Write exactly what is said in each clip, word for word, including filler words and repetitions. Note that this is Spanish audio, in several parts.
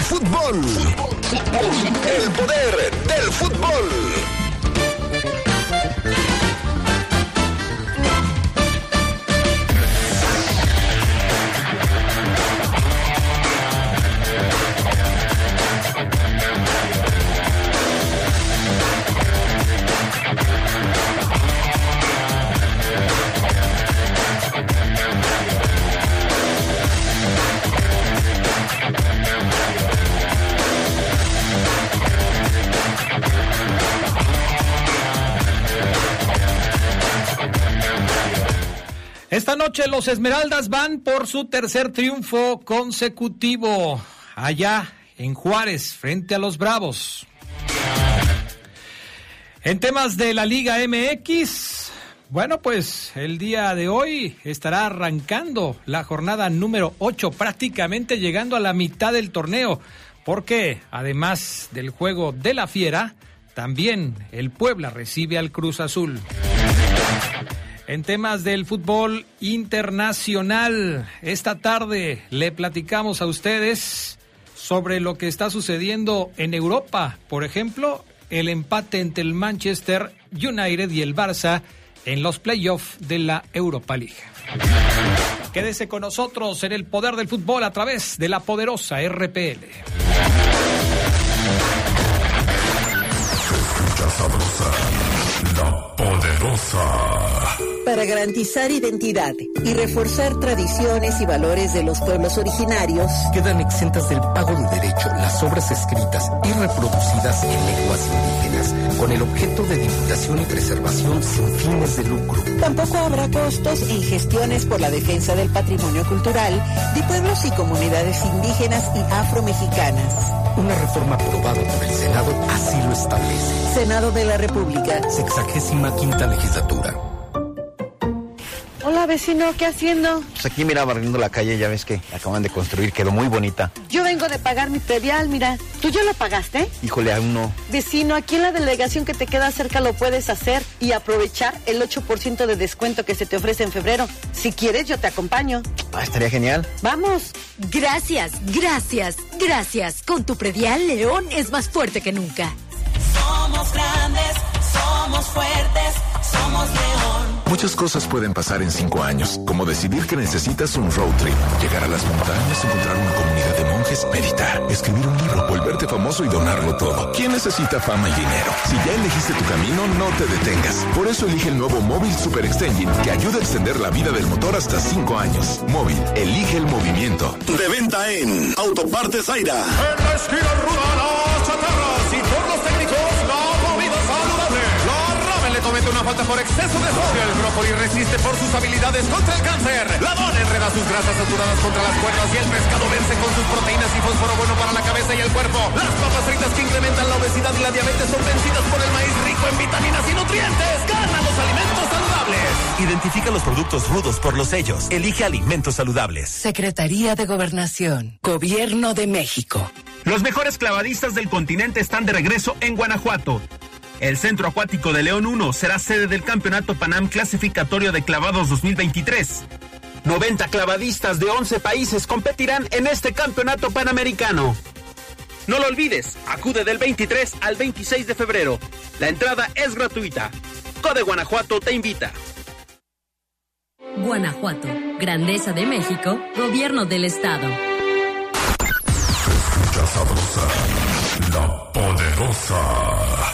fútbol. El poder del fútbol. Esta noche los Esmeraldas van por su tercer triunfo consecutivo allá en Juárez frente a los Bravos. En temas de la Liga M X, bueno, pues el día de hoy estará arrancando la jornada número ocho, prácticamente llegando a la mitad del torneo, porque además del juego de la Fiera, también el Puebla recibe al Cruz Azul. En temas del fútbol internacional, esta tarde le platicamos a ustedes sobre lo que está sucediendo en Europa. Por ejemplo, el empate entre el Manchester United y el Barça en los playoffs de la Europa League. Quédese con nosotros en el poder del fútbol a través de la poderosa R P L. Se escucha sabrosa, la poderosa. Para garantizar identidad y reforzar tradiciones y valores de los pueblos originarios, quedan exentas del pago de derecho las obras escritas y reproducidas en lenguas indígenas, con el objeto de divulgación y preservación sin fines de lucro. Tampoco habrá costos en gestiones por la defensa del patrimonio cultural de pueblos y comunidades indígenas y afromexicanas. Una reforma aprobada por el Senado así lo establece. Senado de la República. Sexagésima quinta legislatura. Hola, vecino, ¿qué haciendo? Pues aquí, mira, barriendo la calle, ya ves que acaban de construir, quedó muy bonita. Yo vengo de pagar mi predial, mira. ¿Tú ya lo pagaste? Híjole, aún no. Vecino, aquí en la delegación que te queda cerca lo puedes hacer y aprovechar el ocho por ciento de descuento que se te ofrece en febrero. Si quieres, yo te acompaño. Ah, estaría genial. ¡Vamos! Gracias, gracias, gracias. Con tu predial, León es más fuerte que nunca. Somos grandes, somos fuertes, somos León. Muchas cosas pueden pasar en cinco años, como decidir que necesitas un road trip, llegar a las montañas, encontrar una comunidad de monjes, meditar, escribir un libro, volverte famoso y donarlo todo. ¿Quién necesita fama y dinero? Si ya elegiste tu camino, no te detengas. Por eso elige el nuevo Móvil Super Extension, que ayuda a extender la vida del motor hasta cinco años. Móvil, elige el movimiento. De venta en Autopartes Zaira. En la esquina ruda, las chatarras y por los técnicos, la comida saludable. La ramen le comete una falta por exceso de sodio. El brócoli resiste por sus habilidades contra el cáncer. La dona enreda sus grasas saturadas contra las cuerdas y el pescado vence con sus proteínas y fósforo bueno para la cabeza y el cuerpo. Las papas fritas que incrementan la obesidad y la diabetes son vencidas por el maíz rico en vitaminas y nutrientes. ¡Gana los alimentos saludables! Identifica los productos rudos por los sellos. Elige alimentos saludables. Secretaría de Gobernación. Gobierno de México. Los mejores clavadistas del continente están de regreso en Guanajuato. El Centro Acuático de León uno será sede del Campeonato Panam Clasificatorio de Clavados dos mil veintitrés. noventa clavadistas de once países competirán en este campeonato panamericano. No lo olvides, acude del veintitrés al veintiséis de febrero. La entrada es gratuita. Code Guanajuato te invita. Guanajuato, Grandeza de México, Gobierno del Estado. Se escucha sabrosa, la poderosa.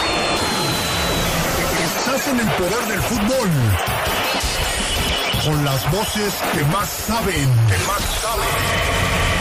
Estás en el poder del fútbol. Con las voces que más saben. Que más saben.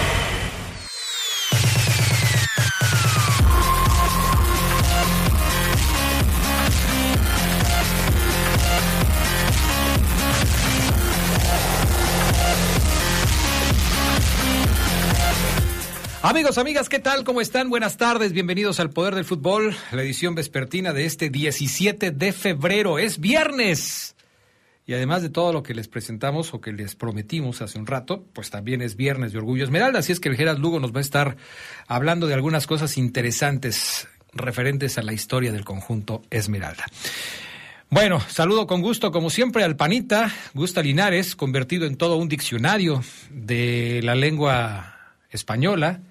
Amigos, amigas, ¿qué tal? ¿Cómo están? Buenas tardes, bienvenidos al Poder del Fútbol, la edición vespertina de este diecisiete de febrero. Es viernes. Y además de todo lo que les presentamos o que les prometimos hace un rato, pues también es viernes de Orgullo Esmeralda. Así es que el Geras Lugo nos va a estar hablando de algunas cosas interesantes referentes a la historia del conjunto Esmeralda. Bueno, saludo con gusto, como siempre, al panita Gusta Linares, convertido en todo un diccionario de la lengua española,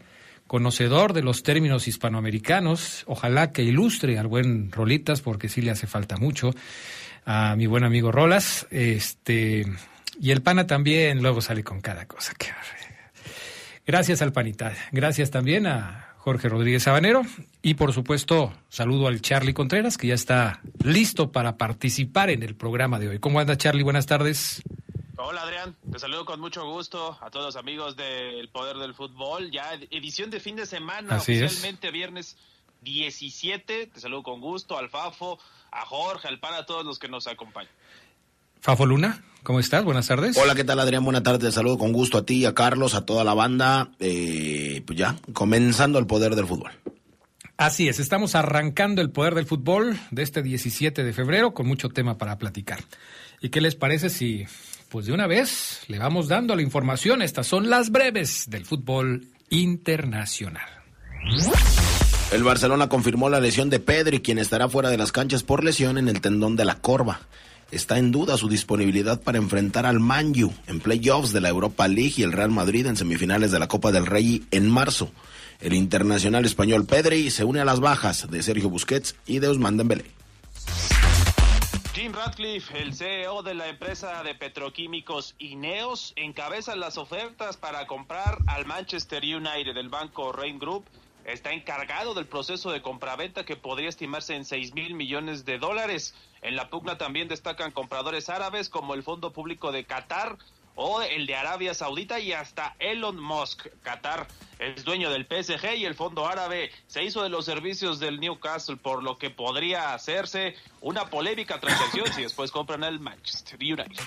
conocedor de los términos hispanoamericanos. Ojalá que ilustre al buen Rolitas, porque sí le hace falta mucho. A mi buen amigo Rolas. Este, y el Pana también luego sale con cada cosa. Qué Gracias al Panita. Gracias también a Jorge Rodríguez Sabanero. Y por supuesto, saludo al Charlie Contreras, que ya está listo para participar en el programa de hoy. ¿Cómo anda, Charlie? Buenas tardes. Hola, Adrián. Te saludo con mucho gusto a todos los amigos del Poder del Fútbol. Ya edición de fin de semana, Así oficialmente es. Viernes diecisiete. Te saludo con gusto al Fafo, a Jorge, al Pana, a todos los que nos acompañan. Fafo Luna, ¿cómo estás? Buenas tardes. Hola, ¿qué tal, Adrián? Buenas tardes. Te saludo con gusto a ti, a Carlos, a toda la banda. Eh, pues ya, comenzando el Poder del Fútbol. Así es, estamos arrancando el Poder del Fútbol de este diecisiete de febrero con mucho tema para platicar. ¿Y qué les parece si, pues de una vez, le vamos dando la información? Estas son las breves del fútbol internacional. El Barcelona confirmó la lesión de Pedri, quien estará fuera de las canchas por lesión en el tendón de la corva. Está en duda su disponibilidad para enfrentar al Man U en playoffs de la Europa League y el Real Madrid en semifinales de la Copa del Rey en marzo. El internacional español Pedri se une a las bajas de Sergio Busquets y de Ousmane Dembélé. Jim Ratcliffe, el C E O de la empresa de petroquímicos Ineos, encabeza las ofertas para comprar al Manchester United del banco Rain Group. Está encargado del proceso de compraventa que podría estimarse en seis mil millones de dólares. En la pugna también destacan compradores árabes como el Fondo Público de Qatar o el de Arabia Saudita y hasta Elon Musk. Qatar es dueño del P S G y el fondo árabe se hizo de los servicios del Newcastle, por lo que podría hacerse una polémica transacción si después compran el Manchester United.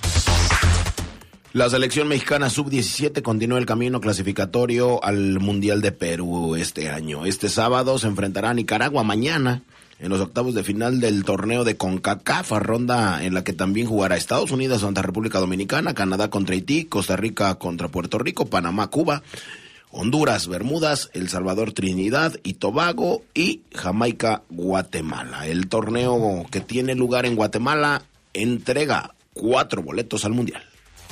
La selección mexicana sub diecisiete continúa el camino clasificatorio al Mundial de Perú este año. Este sábado se enfrentará a Nicaragua mañana en los octavos de final del torneo de CONCACAF, ronda en la que también jugará Estados Unidos ante República Dominicana, Canadá contra Haití, Costa Rica contra Puerto Rico, Panamá, Cuba, Honduras, Bermudas, El Salvador, Trinidad y Tobago y Jamaica, Guatemala. El torneo que tiene lugar en Guatemala entrega cuatro boletos al Mundial.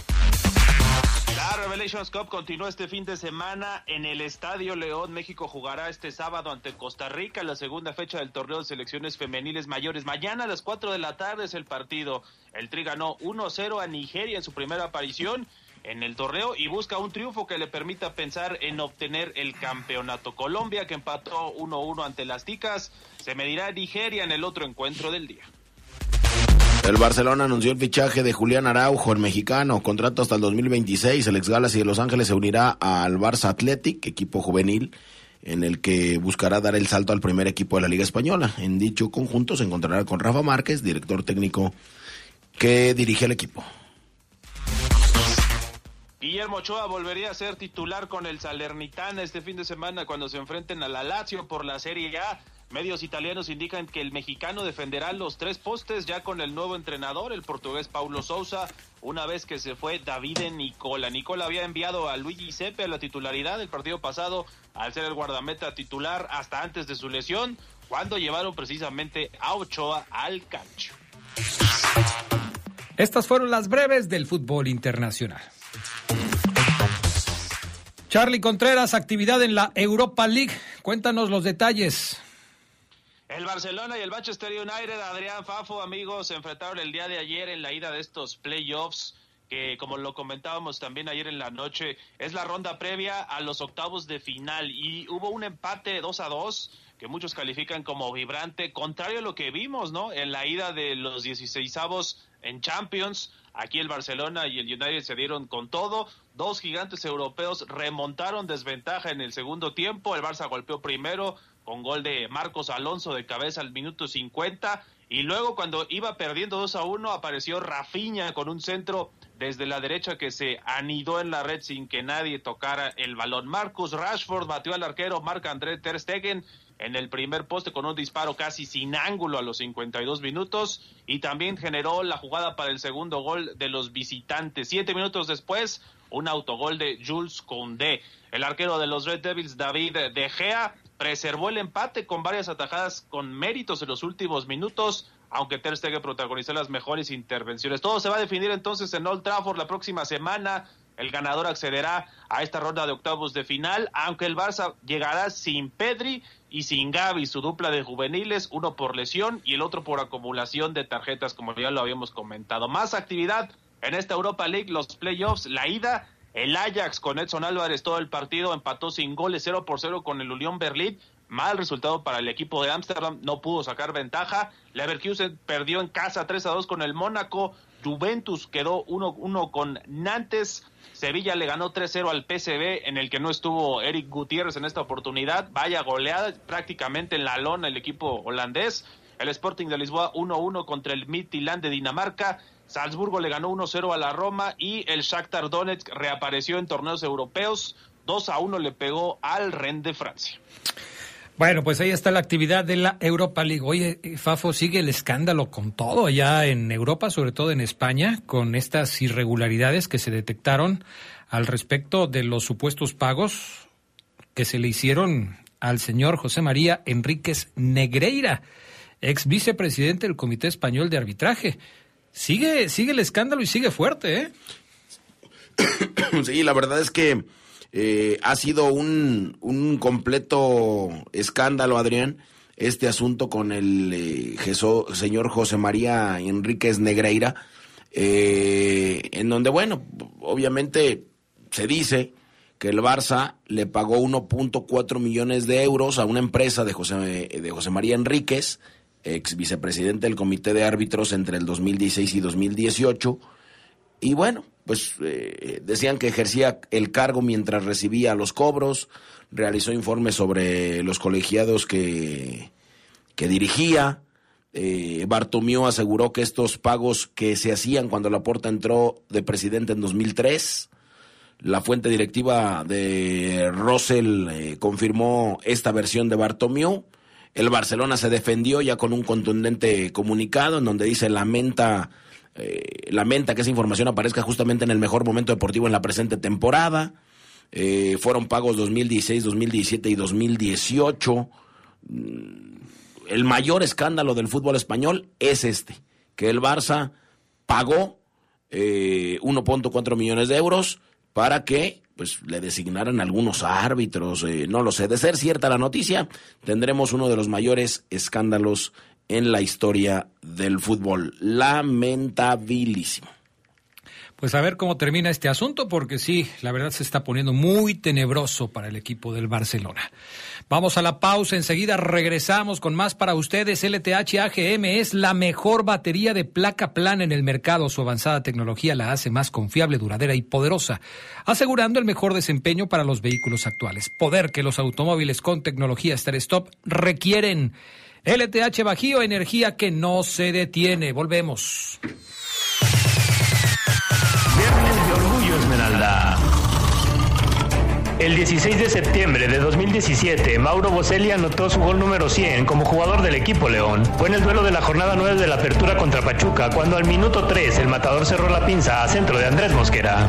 La Revelations Cup continúa este fin de semana en el Estadio León. México jugará este sábado ante Costa Rica, la segunda fecha del torneo de selecciones femeniles mayores. Mañana a las cuatro de la tarde es el partido. El Tri ganó uno cero a Nigeria en su primera aparición en el torneo y busca un triunfo que le permita pensar en obtener el campeonato. Colombia, que empató uno uno ante las Ticas, se medirá a Nigeria en el otro encuentro del día. El Barcelona anunció el fichaje de Julián Araujo, el mexicano, contrato hasta el dos mil veintiséis. El ex Galaxy de Los Ángeles se unirá al Barça Athletic, equipo juvenil, en el que buscará dar el salto al primer equipo de la Liga Española. En dicho conjunto se encontrará con Rafa Márquez, director técnico que dirige el equipo. Guillermo Ochoa volvería a ser titular con el Salernitana este fin de semana cuando se enfrenten a la Lazio por la Serie A. Medios italianos indican que el mexicano defenderá los tres postes ya con el nuevo entrenador, el portugués Paulo Sousa, una vez que se fue Davide Nicola. Nicola había enviado a Luigi Sepe a la titularidad el partido pasado al ser el guardameta titular hasta antes de su lesión, cuando llevaron precisamente a Ochoa al cancho. Estas fueron las breves del fútbol internacional. Charlie Contreras, actividad en la Europa League. Cuéntanos los detalles. El Barcelona y el Manchester United, Adrián, Fafo, amigos, se enfrentaron el día de ayer en la ida de estos playoffs, que como lo comentábamos también ayer en la noche, es la ronda previa a los octavos de final, y hubo un empate dos a dos, que muchos califican como vibrante, contrario a lo que vimos, ¿no?, en la ida de los dieciseisavos en Champions. Aquí el Barcelona y el United se dieron con todo, dos gigantes europeos remontaron desventaja en el segundo tiempo, el Barça golpeó primero, con gol de Marcos Alonso de cabeza al minuto cincuenta, y luego cuando iba perdiendo dos a uno apareció Rafinha con un centro desde la derecha que se anidó en la red sin que nadie tocara el balón. Marcus Rashford batió al arquero Marc-André Ter Stegen en el primer poste con un disparo casi sin ángulo a los cincuenta y dos minutos, y también generó la jugada para el segundo gol de los visitantes. Siete minutos después, un autogol de Jules Koundé. El arquero de los Red Devils, David De Gea, preservó el empate con varias atajadas con méritos en los últimos minutos, aunque Ter Stegen protagonizó las mejores intervenciones. Todo se va a definir entonces en Old Trafford la próxima semana, El ganador accederá a esta ronda de octavos de final, aunque el Barça llegará sin Pedri y sin Gavi, su dupla de juveniles, uno por lesión y el otro por acumulación de tarjetas, como ya lo habíamos comentado. Más actividad en esta Europa League, los playoffs, la ida, el Ajax con Edson Álvarez todo el partido, empató sin goles, cero por cero con el Unión Berlín. Mal resultado para el equipo de Ámsterdam, no pudo sacar ventaja. Leverkusen perdió en casa tres a dos con el Mónaco. Juventus quedó uno uno con Nantes. Sevilla le ganó tres cero al P S V, en el que no estuvo Eric Gutiérrez en esta oportunidad. Vaya goleada, prácticamente en la lona el equipo holandés. El Sporting de Lisboa uno uno contra el Midtjylland de Dinamarca. Salzburgo le ganó uno cero a la Roma y el Shakhtar Donetsk reapareció en torneos europeos. dos a uno le pegó al Rennes de Francia. Bueno, pues ahí está la actividad de la Europa League. Oye, Fafo, sigue el escándalo con todo allá en Europa, sobre todo en España, con estas irregularidades que se detectaron al respecto de los supuestos pagos que se le hicieron al señor José María Enríquez Negreira, ex vicepresidente del Comité Español de Arbitraje. Sigue, sigue el escándalo y sigue fuerte, ¿eh? Sí, la verdad es que Eh, ha sido un, un completo escándalo, Adrián, este asunto con el eh, Jesús, señor José María Enríquez Negreira, eh, en donde, bueno, obviamente se dice que el Barça le pagó uno punto cuatro millones de euros a una empresa de José, de José María Enríquez, ex vicepresidente del Comité de Árbitros entre el dos mil dieciséis y dos mil dieciocho, y bueno, pues eh, decían que ejercía el cargo mientras recibía los cobros, realizó informes sobre los colegiados que, que dirigía. eh, Bartomeu aseguró que estos pagos que se hacían cuando Laporta entró de presidente en dos mil tres, la fuente directiva de Rosell eh, confirmó esta versión de Bartomeu. El Barcelona se defendió ya con un contundente comunicado en donde dice lamenta Eh, lamenta que esa información aparezca justamente en el mejor momento deportivo en la presente temporada. Eh, fueron pagos dos mil dieciséis, dos mil diecisiete y dos mil dieciocho. El mayor escándalo del fútbol español es este, que el Barça pagó eh, uno punto cuatro millones de euros para que pues le designaran algunos árbitros. Eh, no lo sé, de ser cierta la noticia, tendremos uno de los mayores escándalos en la historia del fútbol. Lamentabilísimo. Pues a ver cómo termina este asunto, porque sí, la verdad se está poniendo muy tenebroso para el equipo del Barcelona. Vamos a la pausa, enseguida regresamos con más para ustedes. L T H A G M es la mejor batería de placa plana en el mercado. Su avanzada tecnología la hace más confiable, duradera y poderosa, asegurando el mejor desempeño para los vehículos actuales. Poder que los automóviles con tecnología Start-Stop requieren. L T H Bajío, energía que no se detiene. Volvemos. Viernes de Orgullo Esmeralda. El dieciséis de septiembre de dos mil diecisiete, Mauro Boselli anotó su gol número cien como jugador del equipo León. Fue en el duelo de la jornada nueve de la Apertura contra Pachuca, cuando al minuto tres el matador cerró la pinza a centro de Andrés Mosquera.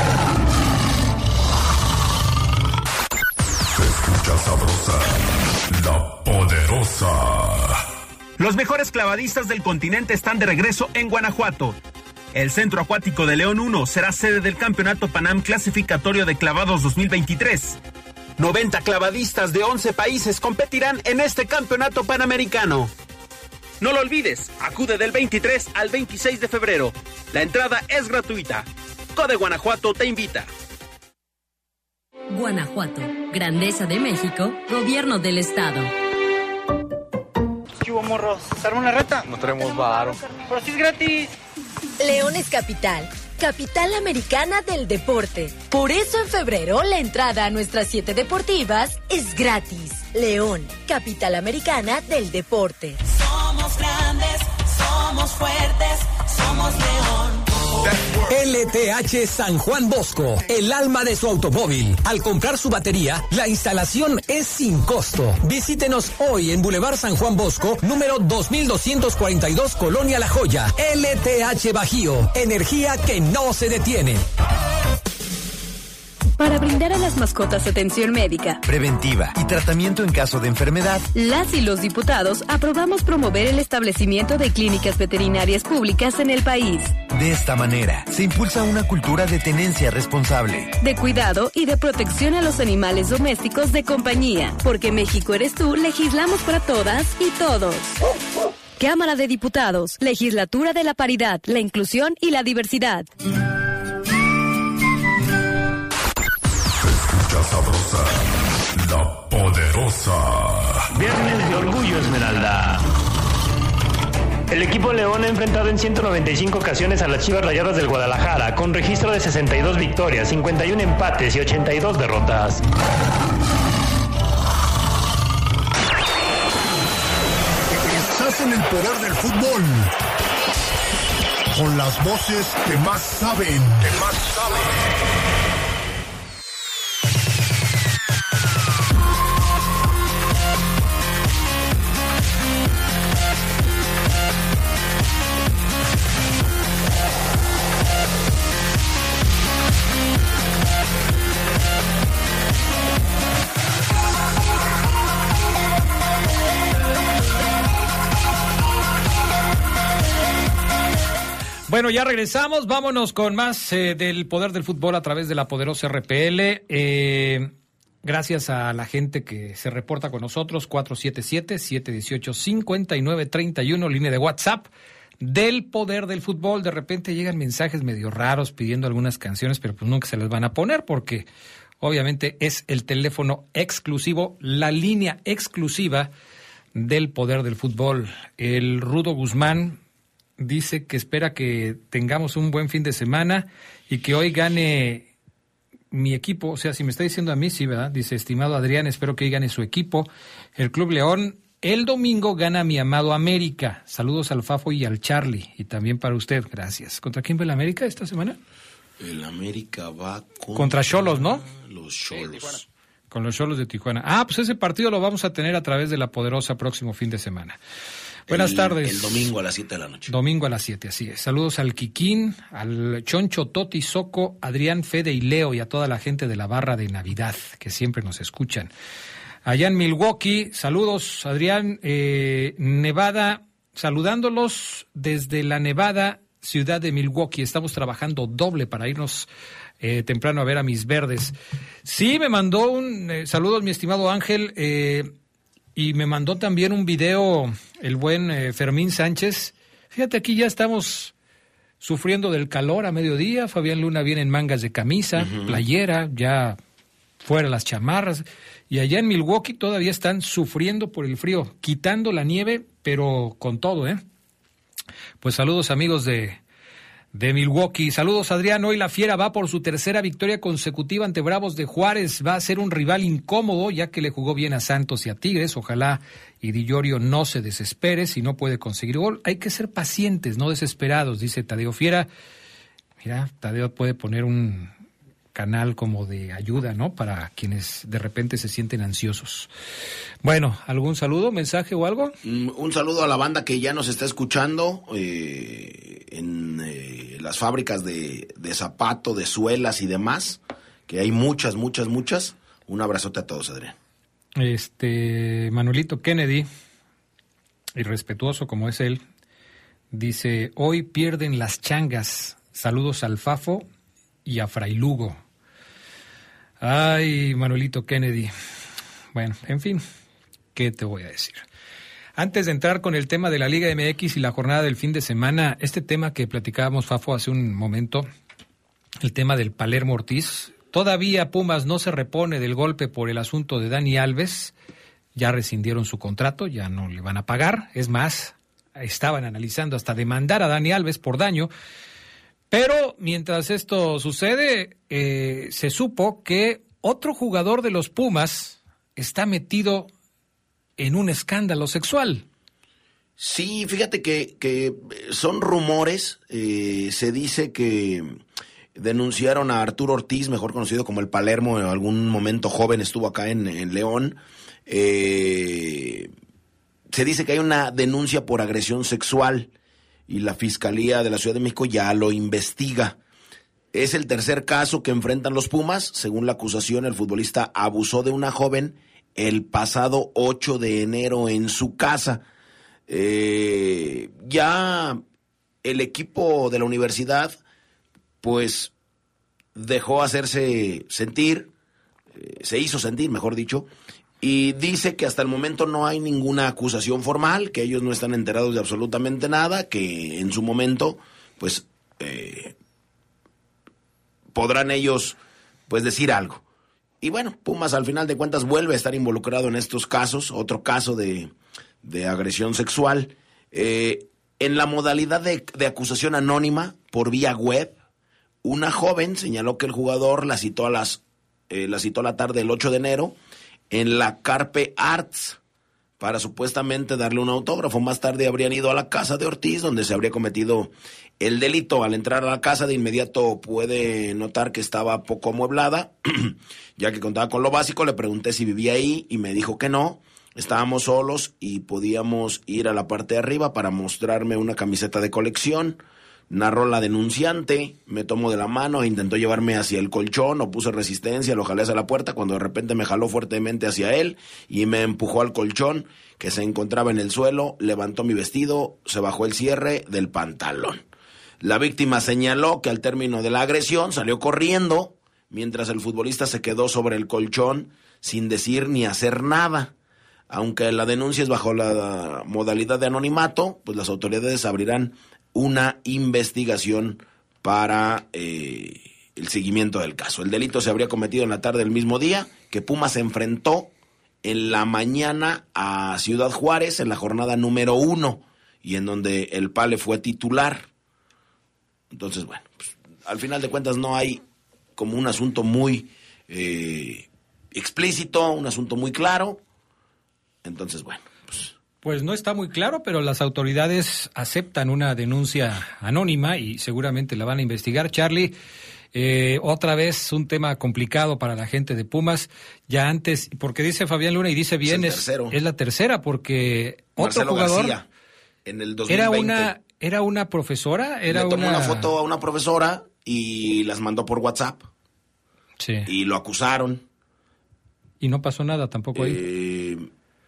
Se escucha sabrosa, la poderosa. Los mejores clavadistas del continente están de regreso en Guanajuato. El Centro Acuático de León uno será sede del Campeonato Panam Clasificatorio de Clavados dos mil veintitrés. noventa clavadistas de once países competirán en este campeonato panamericano. No lo olvides, acude del veintitrés al veintiséis de febrero. La entrada es gratuita. Code Guanajuato te invita. Guanajuato, Grandeza de México, Gobierno del Estado. ¿Qué hubo, morros? ¿Se arma una reta? No tenemos varo. Pero si es gratis. León es capital, capital americana del deporte. Por eso en febrero la entrada a nuestras siete deportivas es gratis. León, capital americana del deporte. Somos grandes, somos fuertes, somos León. L T H San Juan Bosco, el alma de su automóvil. Al comprar su batería, la instalación es sin costo. Visítenos hoy en Boulevard San Juan Bosco, número dos mil doscientos cuarenta y dos, Colonia La Joya. L T H Bajío, energía que no se detiene. para brindar a las mascotas atención médica, preventiva y tratamiento en caso de enfermedad. Las y los diputados aprobamos promover el establecimiento de clínicas veterinarias públicas en el país. De esta manera, se impulsa una cultura de tenencia responsable, de cuidado y de protección a los animales domésticos de compañía. Porque México eres tú, legislamos para todas y todos. Cámara de Diputados, Legislatura de la Paridad, la Inclusión y la Diversidad. Sabrosa, la poderosa. Viernes de Orgullo Esmeralda. El equipo León ha enfrentado en ciento noventa y cinco ocasiones a las Chivas Rayadas del Guadalajara, con registro de sesenta y dos victorias, cincuenta y uno empates y ochenta y dos derrotas. Estás en el poder del fútbol, con las voces que más saben, que más saben. Bueno, ya regresamos, vámonos con más eh, del poder del fútbol a través de la poderosa R P L. Eh, gracias a la gente que se reporta con nosotros, cuatro siete siete, siete uno ocho, cinco nueve tres uno, línea de WhatsApp del poder del fútbol. De repente llegan mensajes medio raros pidiendo algunas canciones, pero pues nunca se las van a poner porque obviamente es el teléfono exclusivo, la línea exclusiva del poder del fútbol. El Rudo Guzmán dice que espera que tengamos un buen fin de semana y que hoy gane mi equipo. O sea, si me está diciendo a mí, sí, ¿verdad? Dice, estimado Adrián, espero que hoy gane su equipo. El Club León, el domingo gana mi amado América. Saludos al Fafo y al Charlie. Y también para usted, gracias. ¿Contra quién va el América esta semana? El América va contra... Contra Xolos, ¿no? Los Xolos. Con los Xolos de Tijuana. Ah, pues ese partido lo vamos a tener a través de la poderosa próximo fin de semana. Buenas el, tardes. El domingo a las siete de la noche. Domingo a las siete, así es. Saludos al Kikín, al Choncho, Toti, Soco, Adrián, Fede y Leo y a toda la gente de la barra de Navidad que siempre nos escuchan. Allá en Milwaukee, saludos Adrián, eh, Nevada, saludándolos desde la Nevada, ciudad de Milwaukee. Estamos trabajando doble para irnos eh, temprano a ver a mis verdes. Sí, me mandó un eh, saludos mi estimado Ángel, eh, y me mandó también un video el buen eh, Fermín Sánchez. Fíjate, aquí ya estamos sufriendo del calor a mediodía. Fabián Luna viene en mangas de camisa, uh-huh. playera, ya fuera las chamarras. Y allá en Milwaukee todavía están sufriendo por el frío, quitando la nieve, pero con todo, ¿eh? Pues saludos amigos de... de Milwaukee. Saludos Adrián, hoy la Fiera va por su tercera victoria consecutiva ante Bravos de Juárez, va a ser un rival incómodo ya que le jugó bien a Santos y a Tigres, ojalá y Di Llorio no se desespere si no puede conseguir gol, hay que ser pacientes, no desesperados, dice Tadeo Fiera. Mira, Tadeo puede poner un canal como de ayuda, ¿no? Para quienes de repente se sienten ansiosos. Bueno, ¿algún saludo, mensaje o algo? Un saludo a la banda que ya nos está escuchando eh, en eh, las fábricas de, de zapato, de suelas y demás, que hay muchas, muchas, muchas. Un abrazote a todos, Adrián. Este, Manuelito Kennedy, irrespetuoso como es él, dice, hoy pierden las changas. Saludos al Fafo y a Fray Lugo. Ay, Manuelito Kennedy. Bueno, en fin, ¿qué te voy a decir? Antes de entrar con el tema de la Liga M X y la jornada del fin de semana, este tema que platicábamos, Fafo, hace un momento, el tema del Palermo Ortiz, todavía Pumas no se repone del golpe por el asunto de Dani Alves, ya rescindieron su contrato, ya no le van a pagar, es más, estaban analizando hasta demandar a Dani Alves por daño. Pero mientras esto sucede, eh, se supo que otro jugador de los Pumas está metido en un escándalo sexual. Sí, fíjate que, que son rumores. Eh, se dice que denunciaron a Arturo Ortiz, mejor conocido como el Palermo, en algún momento joven estuvo acá en, en León. Eh, se dice que hay una denuncia por agresión sexual y la Fiscalía de la Ciudad de México ya lo investiga. Es el tercer caso que enfrentan los Pumas. Según la acusación, el futbolista abusó de una joven el pasado ocho de enero en su casa. Eh, ya el equipo de la universidad, pues, dejó hacerse sentir, eh, se hizo sentir, mejor dicho, y dice que hasta el momento no hay ninguna acusación formal, que ellos no están enterados de absolutamente nada, que en su momento, pues, eh, podrán ellos, pues, decir algo. Y bueno, Pumas al final de cuentas vuelve a estar involucrado en estos casos, otro caso de, de agresión sexual, eh, en la modalidad de, de acusación anónima por vía web. Una joven señaló que el jugador la citó a las eh, la citó a la tarde del ocho de enero en la Carpe Arts para supuestamente darle un autógrafo. Más tarde habrían ido a la casa de Ortiz, donde se habría cometido el delito. Al entrar a la casa, de inmediato puede notar que estaba poco amueblada, ya que contaba con lo básico. Le pregunté si vivía ahí y me dijo que no. Estábamos solos y podíamos ir a la parte de arriba para mostrarme una camiseta de colección. Narró la denunciante, me tomó de la mano e intentó llevarme hacia el colchón, opuse resistencia, lo jalé hacia la puerta cuando de repente me jaló fuertemente hacia él y me empujó al colchón que se encontraba en el suelo, levantó mi vestido, se bajó el cierre del pantalón. La víctima señaló que al término de la agresión salió corriendo, mientras el futbolista se quedó sobre el colchón sin decir ni hacer nada. Aunque la denuncia es bajo la modalidad de anonimato, pues las autoridades abrirán una investigación para eh, el seguimiento del caso. El delito se habría cometido en la tarde del mismo día que Pumas se enfrentó en la mañana a Ciudad Juárez en la jornada número uno y en donde el Pale fue titular. Entonces, bueno, pues, al final de cuentas no hay como un asunto muy eh, explícito, un asunto muy claro. Entonces, bueno, pues... Pues no está muy claro, pero las autoridades aceptan una denuncia anónima y seguramente la van a investigar. Charlie, eh, otra vez un tema complicado para la gente de Pumas. Ya antes, porque dice Fabián Luna y dice bien, es, es, es la tercera, porque Marcelo otro jugador García, en el dos mil veinte, era una era una profesora, era le tomó una... una foto a una profesora y las mandó por WhatsApp. Sí. Y lo acusaron. Y no pasó nada tampoco ahí. Eh...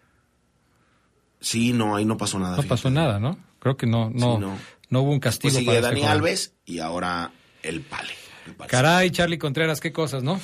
Sí, no, ahí no pasó nada. No fíjate. pasó nada, ¿no? Creo que no no, sí, no. no hubo un castigo. Pues sigue para Dani este Alves y ahora el Pale. Caray, Charlie Contreras, qué cosas, ¿no?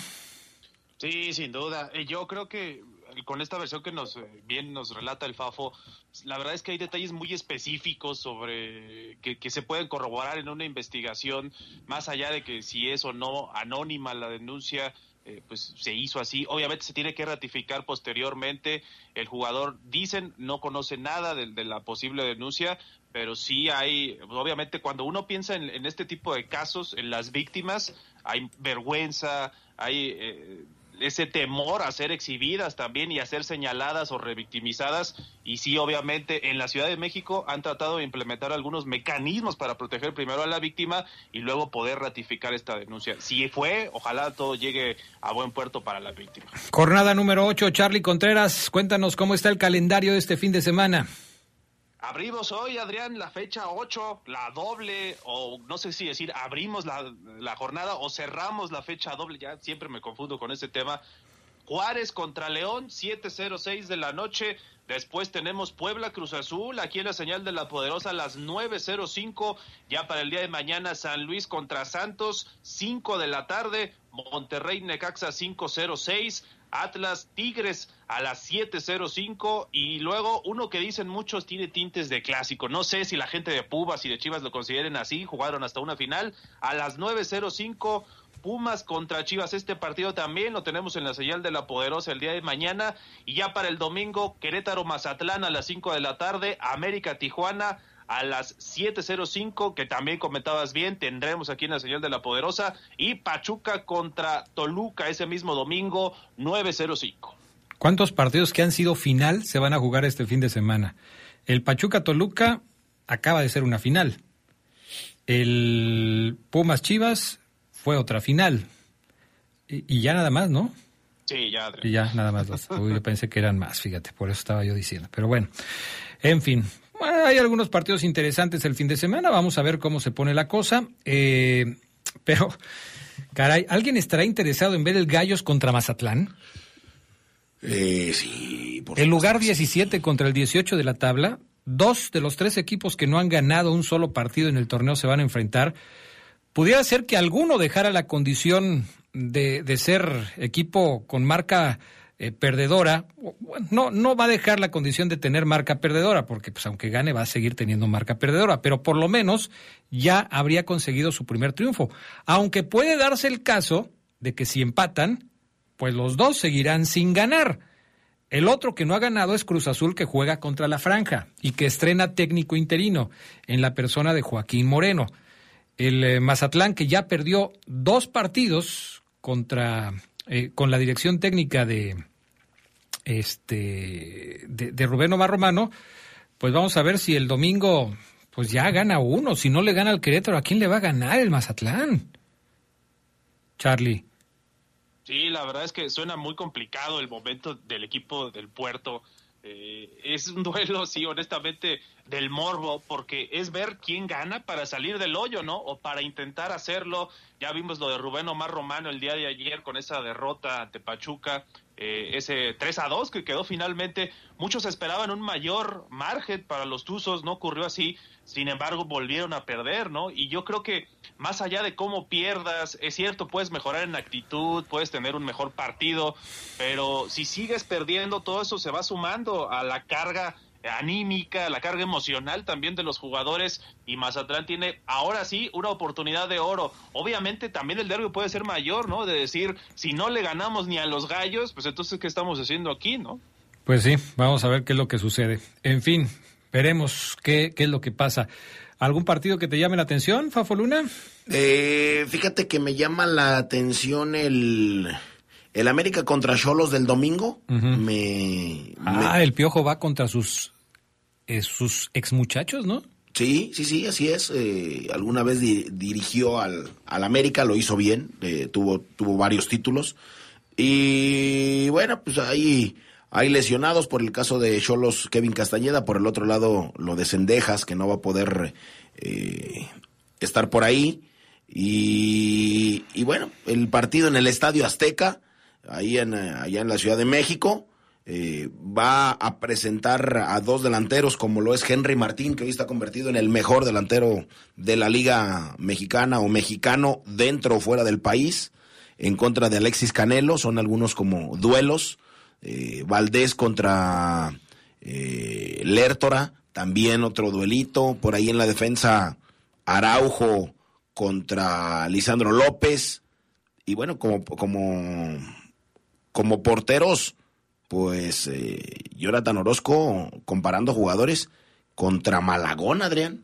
Sí, sin duda. Yo creo que con esta versión que nos bien nos relata el Fafo, la verdad es que hay detalles muy específicos sobre que, que se pueden corroborar en una investigación, más allá de que si es o no anónima la denuncia. Eh, pues se hizo así, obviamente se tiene que ratificar posteriormente. El jugador, dicen, no conoce nada de, de la posible denuncia, pero sí hay, obviamente cuando uno piensa en, en este tipo de casos, en las víctimas, hay vergüenza, hay eh, ese temor a ser exhibidas también y a ser señaladas o revictimizadas, y sí, obviamente en la Ciudad de México han tratado de implementar algunos mecanismos para proteger primero a la víctima y luego poder ratificar esta denuncia. Si fue, ojalá todo llegue a buen puerto para la víctima. Jornada número ocho, Charlie Contreras, cuéntanos cómo está el calendario de este fin de semana. Abrimos hoy, Adrián, la fecha ocho, la doble, o no sé si decir abrimos la, la jornada o cerramos la fecha doble, ya siempre me confundo con ese tema. Juárez contra León, siete cero seis de la noche. Después tenemos Puebla Cruz Azul, aquí en la señal de la Poderosa, a las nueve cero cinco. Ya para el día de mañana, San Luis contra Santos, cinco de la tarde. Monterrey Necaxa, cinco cero seis. Atlas Tigres a las siete cero cinco, y luego uno que dicen muchos tiene tintes de clásico, no sé si la gente de Pumas y de Chivas lo consideren así, jugaron hasta una final, a las nueve cero cinco, Pumas contra Chivas. Este partido también lo tenemos en la señal de la Poderosa el día de mañana, y ya para el domingo, Querétaro Mazatlán a las cinco de la tarde, América Tijuana a las siete cero cinco, que también comentabas bien, tendremos aquí en la señal de la Poderosa, y Pachuca contra Toluca ese mismo domingo, nueve cero cinco. ¿Cuántos partidos que han sido final se van a jugar este fin de semana? El Pachuca-Toluca acaba de ser una final. El Pumas-Chivas fue otra final. Y, y ya nada más, ¿no? Sí, ya. Y ya nada más. Los, yo pensé que eran más, fíjate, por eso estaba yo diciendo. Pero bueno, en fin. Bueno, hay algunos partidos interesantes el fin de semana, vamos a ver cómo se pone la cosa. Eh, Pero, caray, ¿alguien estará interesado en ver el Gallos contra Mazatlán? Eh, sí. Por el lugar diecisiete contra el dieciocho de la tabla. Dos de los tres equipos que no han ganado un solo partido en el torneo se van a enfrentar. Pudiera ser que alguno dejara la condición de, de ser equipo con marca eh, perdedora. No, no va a dejar la condición de tener marca perdedora, porque pues aunque gane va a seguir teniendo marca perdedora, pero por lo menos ya habría conseguido su primer triunfo. Aunque puede darse el caso de que si empatan, pues los dos seguirán sin ganar. El otro que no ha ganado es Cruz Azul, que juega contra la Franja y que estrena técnico interino en la persona de Joaquín Moreno. El eh, Mazatlán, que ya perdió dos partidos contra eh, con la dirección técnica de este de, de Rubén Omar Romano, pues vamos a ver si el domingo pues ya gana uno. Si no le gana al Querétaro, ¿a quién le va a ganar el Mazatlán? Charlie. Sí, la verdad es que suena muy complicado el momento del equipo del Puerto. Eh, es un duelo, sí, honestamente, del morbo, porque es ver quién gana para salir del hoyo, ¿no? O para intentar hacerlo. Ya vimos lo de Rubén Omar Romano el día de ayer con esa derrota ante Pachuca, eh, ese tres a dos que quedó finalmente. Muchos esperaban un mayor margen para los Tuzos, no ocurrió así. Sin embargo, volvieron a perder, ¿no? Y yo creo que más allá de cómo pierdas, es cierto, puedes mejorar en actitud, puedes tener un mejor partido, pero si sigues perdiendo, todo eso se va sumando a la carga anímica, a la carga emocional también de los jugadores, y Mazatlán tiene ahora sí una oportunidad de oro. Obviamente también el derbi puede ser mayor, ¿no? De decir, si no le ganamos ni a los Gallos, pues entonces ¿qué estamos haciendo aquí, no? Pues sí, vamos a ver qué es lo que sucede. En fin, veremos qué, qué es lo que pasa. ¿Algún partido que te llame la atención, Fafo Luna? Eh, fíjate que me llama la atención el, el América contra Xolos del domingo. Uh-huh. me, ah, me... el Piojo va contra sus, eh, sus ex muchachos, ¿no? Sí, sí, sí, así es. Eh, alguna vez di- dirigió al, al América, lo hizo bien, eh, tuvo, tuvo varios títulos. Y bueno, pues ahí... Hay lesionados, por el caso de Xolos, Kevin Castañeda, por el otro lado lo de Cendejas, que no va a poder eh, estar por ahí. Y, y bueno, el partido en el Estadio Azteca, ahí en, allá en la Ciudad de México, eh, va a presentar a dos delanteros, como lo es Henry Martín, que hoy está convertido en el mejor delantero de la Liga Mexicana o mexicano dentro o fuera del país, en contra de Alexis Canelo. Son algunos como duelos. Eh, Valdés contra eh, Lertora, también otro duelito. Por ahí en la defensa, Araujo contra Lisandro López. Y bueno, como como, como porteros, pues eh, Jonathan Orozco comparando jugadores contra Malagón, Adrián.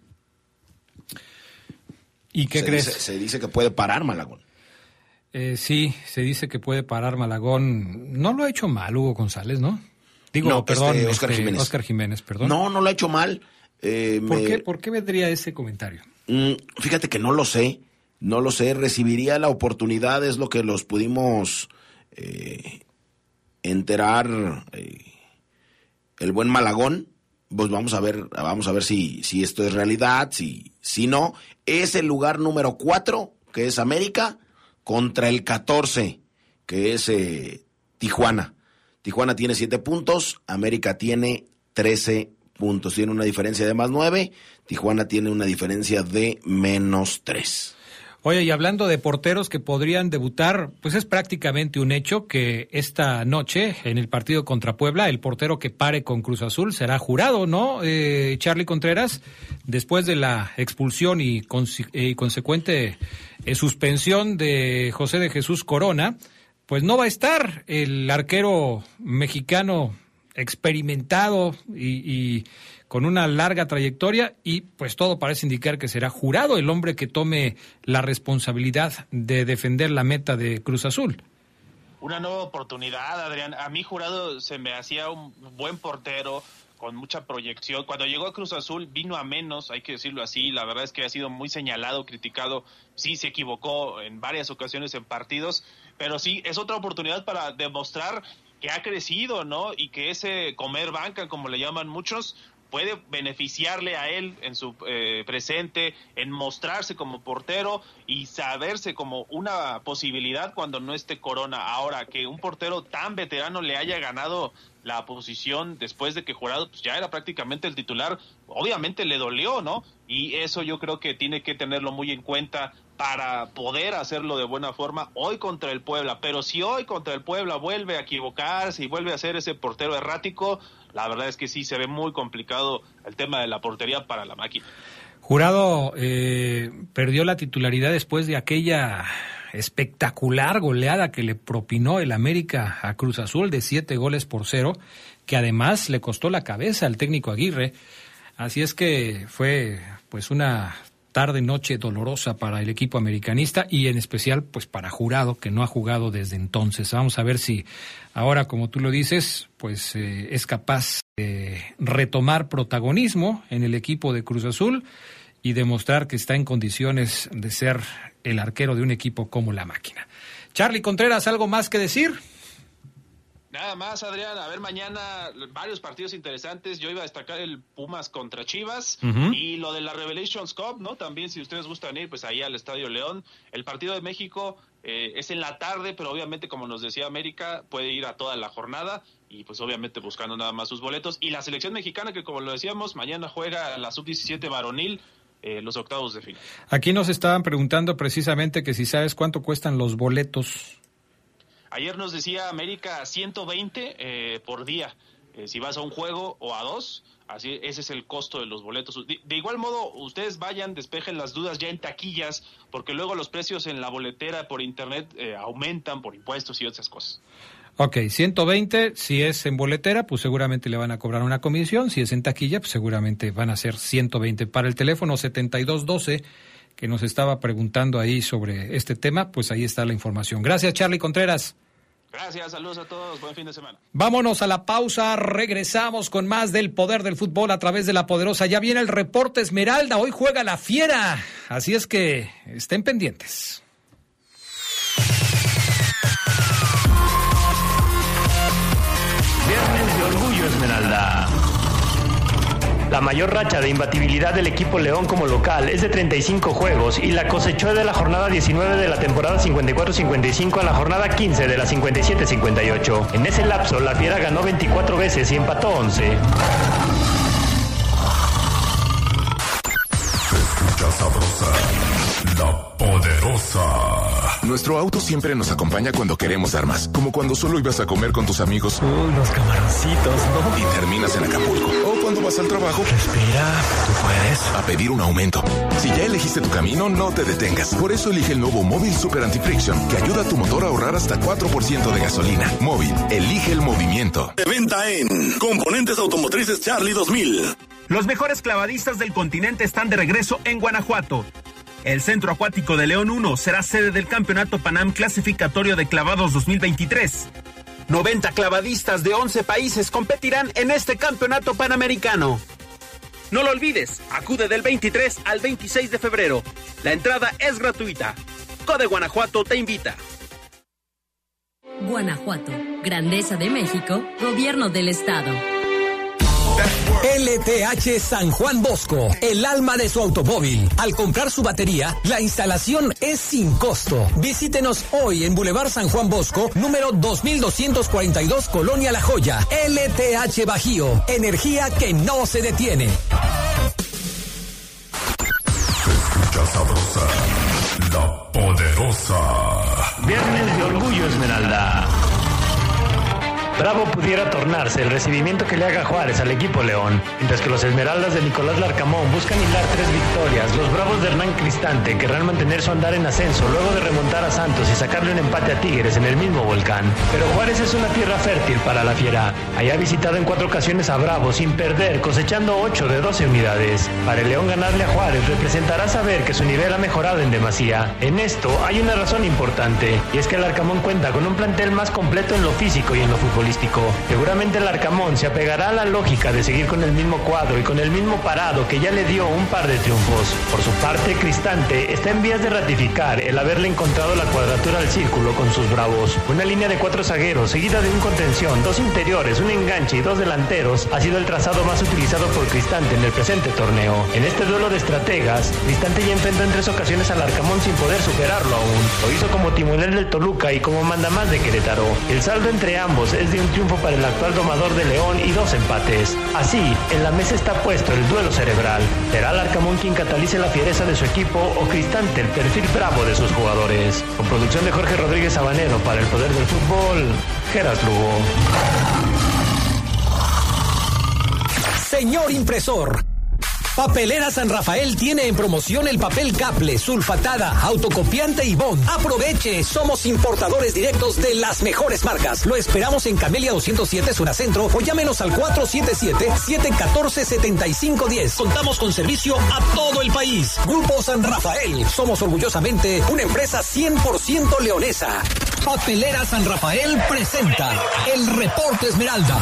¿Y qué se crees? Dice, se dice que puede parar Malagón. Eh, sí, se dice que puede parar Malagón. No lo ha hecho mal Hugo González, ¿no? Digo, no, perdón, este, Oscar este, Jiménez. Oscar Jiménez, perdón. No, no lo ha hecho mal. Eh, ¿Por, me... qué, ¿Por qué vendría ese comentario? Mm, fíjate que no lo sé, no lo sé. Recibiría la oportunidad, es lo que los pudimos eh, enterar eh, el buen Malagón. Pues vamos a ver, vamos a ver si, si esto es realidad, si, si no. Es el lugar número cuatro, que es América, contra el catorce, que es eh, Tijuana. Tijuana tiene siete puntos, América tiene trece puntos. Tiene una diferencia de más nueve, Tijuana tiene una diferencia de menos tres. Oye, y hablando de porteros que podrían debutar, pues es prácticamente un hecho que esta noche, en el partido contra Puebla, el portero que pare con Cruz Azul será jurado, ¿no? Eh, Charlie Contreras, después de la expulsión y, conse- y consecuente eh, suspensión de José de Jesús Corona, pues no va a estar el arquero mexicano experimentado y, y con una larga trayectoria, y pues todo parece indicar que será jurado el hombre que tome la responsabilidad de defender la meta de Cruz Azul. Una nueva oportunidad, Adrián. A mí Jurado se me hacía un buen portero, con mucha proyección. Cuando llegó a Cruz Azul vino a menos, hay que decirlo así. La verdad es que ha sido muy señalado, criticado. Sí, se equivocó en varias ocasiones en partidos, pero sí, es otra oportunidad para demostrar que ha crecido, ¿no? Y que ese comer banca, como le llaman muchos, puede beneficiarle a él en su eh, presente, en mostrarse como portero y saberse como una posibilidad cuando no esté Corona. Ahora, que un portero tan veterano le haya ganado la posición después de que Jurado pues ya era prácticamente el titular, obviamente le dolió, ¿no? Y eso yo creo que tiene que tenerlo muy en cuenta para poder hacerlo de buena forma hoy contra el Puebla. Pero si hoy contra el Puebla vuelve a equivocarse y vuelve a ser ese portero errático, la verdad es que sí se ve muy complicado el tema de la portería para la máquina. Jurado eh, perdió la titularidad después de aquella espectacular goleada que le propinó el América a Cruz Azul de siete goles por cero, que además le costó la cabeza al técnico Aguirre. Así es que fue pues una tarde, noche dolorosa para el equipo americanista y en especial pues para Jurado, que no ha jugado desde entonces. Vamos a ver si ahora, como tú lo dices, pues eh, es capaz de retomar protagonismo en el equipo de Cruz Azul y demostrar que está en condiciones de ser el arquero de un equipo como la Máquina. Charlie Contreras, ¿algo más que decir? Nada más, Adrián, a ver mañana varios partidos interesantes. Yo iba a destacar el Pumas contra Chivas uh-huh. y lo de la Revelations Cup, ¿no? También si ustedes gustan ir, pues ahí al Estadio León. El partido de México eh, es en la tarde, pero obviamente, como nos decía América, puede ir a toda la jornada y pues obviamente buscando nada más sus boletos. Y la selección mexicana, que como lo decíamos, mañana juega la sub diecisiete varonil, eh, los octavos de final. Aquí nos estaban preguntando precisamente que si sabes cuánto cuestan los boletos. Ayer nos decía América ciento veinte eh, por día, eh, si vas a un juego o a dos, así ese es el costo de los boletos. De, de igual modo, ustedes vayan, despejen las dudas ya en taquillas, porque luego los precios en la boletera por internet eh, aumentan por impuestos y otras cosas. Ok, ciento veinte, si es en boletera, pues seguramente le van a cobrar una comisión, si es en taquilla, pues seguramente van a ser ciento veinte. Para el teléfono setenta y dos doce, que nos estaba preguntando ahí sobre este tema, pues ahí está la información. Gracias, Charlie Contreras. Gracias, saludos a todos, buen fin de semana. Vámonos a la pausa, regresamos con más del poder del fútbol a través de La Poderosa. Ya viene el reporte Esmeralda, hoy juega la Fiera, así es que estén pendientes. Viernes de Orgullo Esmeralda. La mayor racha de imbatibilidad del equipo León como local es de treinta y cinco juegos y la cosechó de la jornada diecinueve de la temporada cincuenta y cuatro cincuenta y cinco a la jornada quince de la cincuenta y siete cincuenta y ocho. En ese lapso, la Fiera ganó veinticuatro veces y empató once. Se escucha sabrosa, La Poderosa. Nuestro auto siempre nos acompaña cuando queremos dar más, como cuando solo ibas a comer con tus amigos. Uy, los camaroncitos, ¿no? Y terminas en Acapulco. O cuando vas al trabajo. Respira, tú puedes. A pedir un aumento. Si ya elegiste tu camino, no te detengas. Por eso elige el nuevo Móvil Super Anti-Friction, que ayuda a tu motor a ahorrar hasta cuatro por ciento de gasolina. Móvil, elige el movimiento. De venta en Componentes Automotrices Charlie dos mil. Los mejores clavadistas del continente están de regreso en Guanajuato. El Centro Acuático de León uno será sede del Campeonato Panam Clasificatorio de Clavados dos mil veintitrés. noventa clavadistas de once países competirán en este campeonato panamericano. No lo olvides, acude del veintitrés al veintiséis de febrero. La entrada es gratuita. Code Guanajuato te invita. Guanajuato, Grandeza de México, Gobierno del Estado. L T H San Juan Bosco, el alma de su automóvil. Al comprar su batería, la instalación es sin costo. Visítenos hoy en Boulevard San Juan Bosco, número dos mil doscientos cuarenta y dos, Colonia La Joya. L T H Bajío, energía que no se detiene. Se escucha sabrosa, La Poderosa. Viernes de Orgullo Esmeralda. Bravo pudiera tornarse el recibimiento que le haga Juárez al equipo León. Mientras que los Esmeraldas de Nicolás Larcamón buscan hilar tres victorias, los Bravos de Hernán Cristante querrán mantener su andar en ascenso luego de remontar a Santos y sacarle un empate a Tigres en el mismo volcán. Pero Juárez es una tierra fértil para la Fiera. Allá ha visitado en cuatro ocasiones a Bravo sin perder, cosechando ocho de doce unidades. Para el León ganarle a Juárez representará saber que su nivel ha mejorado en demasía. En esto hay una razón importante, y es que el Larcamón cuenta con un plantel más completo en lo físico y en lo futbolístico. futbolístico. Seguramente el Arcamón se apegará a la lógica de seguir con el mismo cuadro y con el mismo parado que ya le dio un par de triunfos. Por su parte, Cristante está en vías de ratificar el haberle encontrado la cuadratura al círculo con sus bravos. Una línea de cuatro zagueros, seguida de un contención, dos interiores, un enganche y dos delanteros, ha sido el trazado más utilizado por Cristante en el presente torneo. En este duelo de estrategas, Cristante ya enfrentó en tres ocasiones al Arcamón sin poder superarlo aún. Lo hizo como timonel del Toluca y como mandamás de Querétaro. El saldo entre ambos es de un triunfo para el actual domador de León y dos empates. Así, en la mesa está puesto el duelo cerebral. ¿Será el Arcamón quien catalice la fiereza de su equipo o Cristante el perfil bravo de sus jugadores? Con producción de Jorge Rodríguez Sabanero para El Poder del Fútbol, Geras Lugo. Señor impresor, Papelera San Rafael tiene en promoción el papel caple, sulfatada, autocopiante y bond. Aproveche, somos importadores directos de las mejores marcas. Lo esperamos en Camelia doscientos siete Zona Centro o llámenos al cuatro siete siete, siete uno cuatro, siete cinco uno cero. Contamos con servicio a todo el país. Grupo San Rafael, somos orgullosamente una empresa cien por ciento leonesa. Papelera San Rafael presenta el Reporte Esmeralda.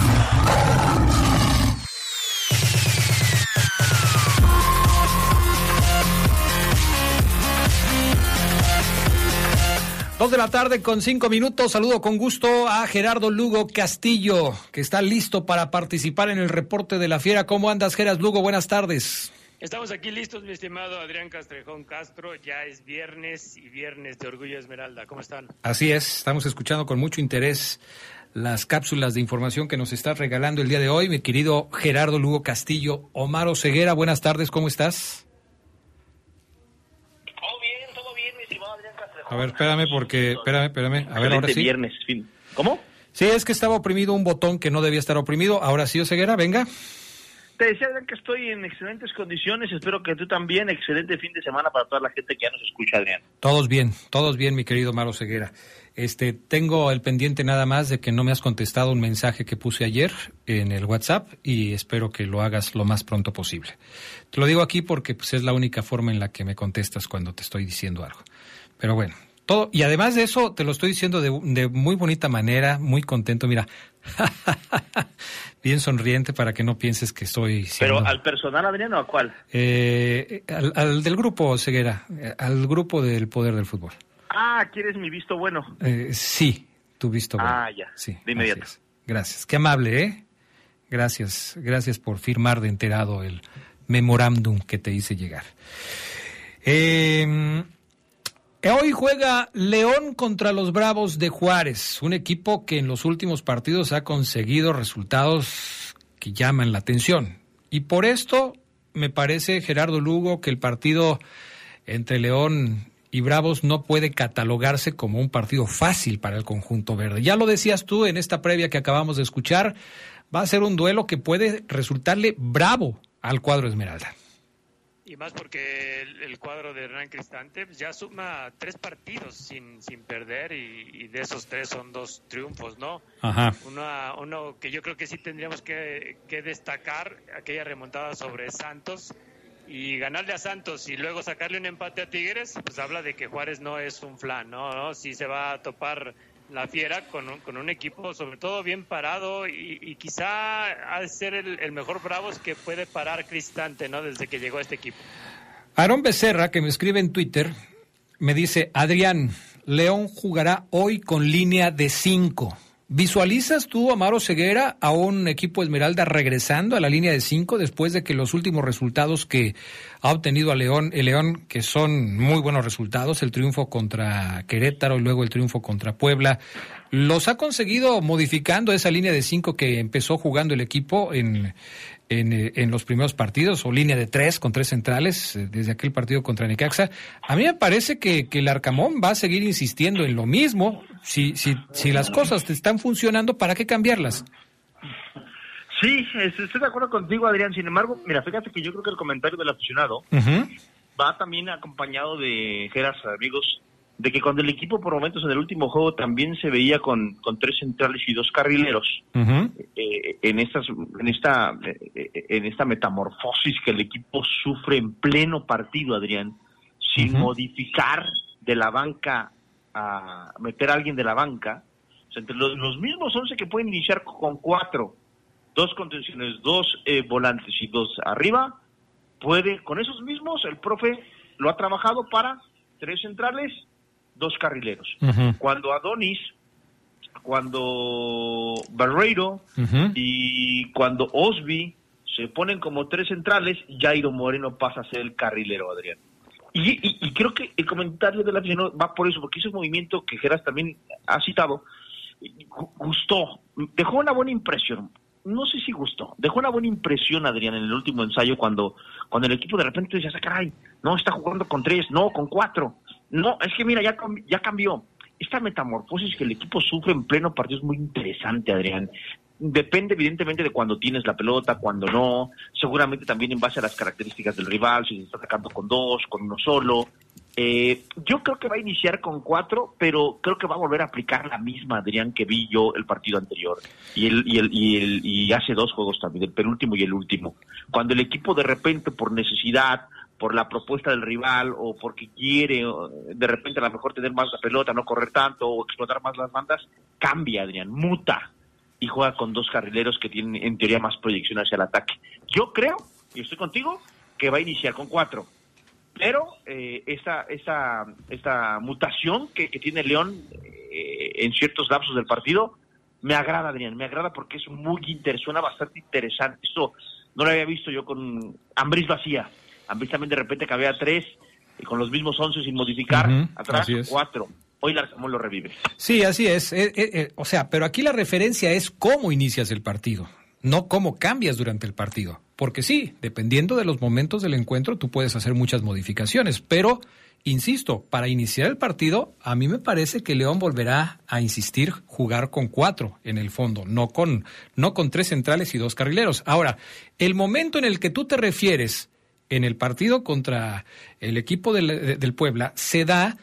Dos de la tarde con cinco minutos. Saludo con gusto a Gerardo Lugo Castillo, que está listo para participar en el reporte de la Fiera. ¿Cómo andas, Geras Lugo? Buenas tardes. Estamos aquí listos, mi estimado Adrián Castrejón Castro. Ya es viernes y viernes de Orgullo Esmeralda. ¿Cómo están? Así es, estamos escuchando con mucho interés las cápsulas de información que nos estás regalando el día de hoy, mi querido Gerardo Lugo Castillo. Omar Oseguera, buenas tardes, ¿cómo estás? A ver, espérame, porque, espérame, espérame. A ver, ahora sí. Viernes, fin. ¿Cómo? Sí, es que estaba oprimido un botón que no debía estar oprimido. Ahora sí, Oseguera, venga. Te decía que estoy en excelentes condiciones. Espero que tú también. Excelente fin de semana para toda la gente que ya nos escucha, Adrián. Todos bien, todos bien, mi querido Omar Oseguera. Este, tengo el pendiente nada más de que no me has contestado un mensaje que puse ayer en el WhatsApp y espero que lo hagas lo más pronto posible. Te lo digo aquí porque pues, es la única forma en la que me contestas cuando te estoy diciendo algo. Pero bueno, todo, y además de eso, te lo estoy diciendo de, de muy bonita manera, muy contento, mira, bien sonriente para que no pienses que estoy siendo... ¿Pero al personal, Adrián, o a cuál? Eh, al, al del grupo, Ceguera, al grupo del Poder del Fútbol. Ah, ¿quieres mi visto bueno? Eh, sí, tu visto bueno. Ah, ya, sí, de inmediato. Gracias, qué amable, ¿eh? Gracias, gracias por firmar de enterado el memorándum que te hice llegar. Eh... Hoy juega León contra los Bravos de Juárez, un equipo que en los últimos partidos ha conseguido resultados que llaman la atención. Y por esto me parece, Gerardo Lugo, que el partido entre León y Bravos no puede catalogarse como un partido fácil para el conjunto verde. Ya lo decías tú en esta previa que acabamos de escuchar, va a ser un duelo que puede resultarle bravo al cuadro Esmeralda. Y más porque el, el cuadro de Hernán Cristante ya suma tres partidos sin sin perder y, y de esos tres son dos triunfos, ¿no? Ajá. Una, uno que yo creo que sí tendríamos que, que destacar, aquella remontada sobre Santos y ganarle a Santos y luego sacarle un empate a Tigres, pues habla de que Juárez no es un flan, ¿no? ¿no? Sí se va a topar la Fiera con un, con un equipo sobre todo bien parado y, y quizá ha de ser el, el mejor Bravos que puede parar Cristante, ¿no? Desde que llegó a este equipo. Aarón Becerra, que me escribe en Twitter, me dice, Adrián, León jugará hoy con línea de cinco. ¿Visualizas tú, Amaro Ceguera, a un equipo Esmeralda regresando a la línea de cinco después de que los últimos resultados que ha obtenido a León, el León, que son muy buenos resultados, el triunfo contra Querétaro y luego el triunfo contra Puebla, los ha conseguido modificando esa línea de cinco que empezó jugando el equipo en, en, en los primeros partidos, o línea de tres con tres centrales, desde aquel partido contra Necaxa? A mí me parece que, que el Arcamón va a seguir insistiendo en lo mismo. Si, si, si las cosas te están funcionando, ¿para qué cambiarlas? Sí, estoy de acuerdo contigo, Adrián. Sin embargo, mira, fíjate que yo creo que el comentario del aficionado uh-huh. va también acompañado de, Geras, amigos, de que cuando el equipo por momentos en el último juego también se veía con, con tres centrales y dos carrileros, uh-huh. eh, en estas en esta eh, en esta metamorfosis que el equipo sufre en pleno partido, Adrián, sin uh-huh. modificar de la banca a meter a alguien de la banca, O sea, entre los, los mismos once que pueden iniciar con cuatro, dos contenciones, dos eh, volantes y dos arriba, puede, con esos mismos, el profe lo ha trabajado para tres centrales, dos carrileros. Uh-huh. Cuando Adonis, cuando Barreiro uh-huh. y cuando Osby se ponen como tres centrales, Jairo Moreno pasa a ser el carrilero, Adrián. Y, y, y creo que el comentario de la afición va por eso, porque ese movimiento que Geras también ha citado, gustó, dejó una buena impresión. No sé si gustó, dejó una buena impresión, Adrián, en el último ensayo, cuando, cuando el equipo de repente decía, caray, no, está jugando con tres, no, con cuatro. No, es que mira, ya, ya cambió. Esta metamorfosis que el equipo sufre en pleno partido es muy interesante, Adrián. Depende evidentemente de cuando tienes la pelota, cuando no, seguramente también en base a las características del rival, si se está atacando con dos, con uno solo. Eh, yo creo que va a iniciar con cuatro, pero creo que va a volver a aplicar la misma, Adrián, que vi yo el partido anterior y el y el y el y hace dos juegos también, el penúltimo y el último. Cuando el equipo de repente por necesidad, por la propuesta del rival o porque quiere de repente a lo mejor tener más la pelota, no correr tanto o explotar más las bandas, cambia, Adrián, muta y juega con dos carrileros que tienen en teoría más proyección hacia el ataque. Yo creo, y estoy contigo, que va a iniciar con cuatro. Pero eh, esa, esa, esa mutación que, que tiene León eh, en ciertos lapsos del partido, me agrada, Adrián, me agrada porque es muy interesante, suena bastante interesante. Esto no lo había visto yo con Ambriz vacía. Ambriz también de repente cabía tres, y con los mismos once sin modificar, uh-huh, atrás cuatro. Hoy Larcamón lo revive. Sí, así es. Eh, eh, eh, o sea, pero aquí la referencia es cómo inicias el partido, no cómo cambias durante el partido. Porque sí, dependiendo de los momentos del encuentro, tú puedes hacer muchas modificaciones. Pero, insisto, para iniciar el partido, a mí me parece que León volverá a insistir jugar con cuatro en el fondo, no con, no con tres centrales y dos carrileros. Ahora, el momento en el que tú te refieres en el partido contra el equipo del, del Puebla se da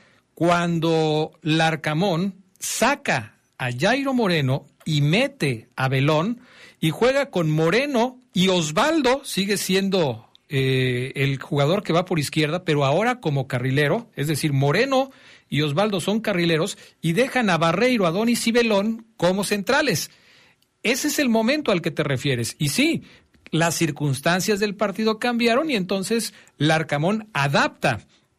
cuando Larcamón saca a Jairo Moreno y mete a Belón y juega con Moreno y Osvaldo sigue siendo eh, el jugador que va por izquierda, pero ahora como carrilero, es decir, Moreno y Osvaldo son carrileros y dejan a Barreiro, Adonis y Belón como centrales. Ese es el momento al que te refieres. Y sí, las circunstancias del partido cambiaron y entonces Larcamón adapta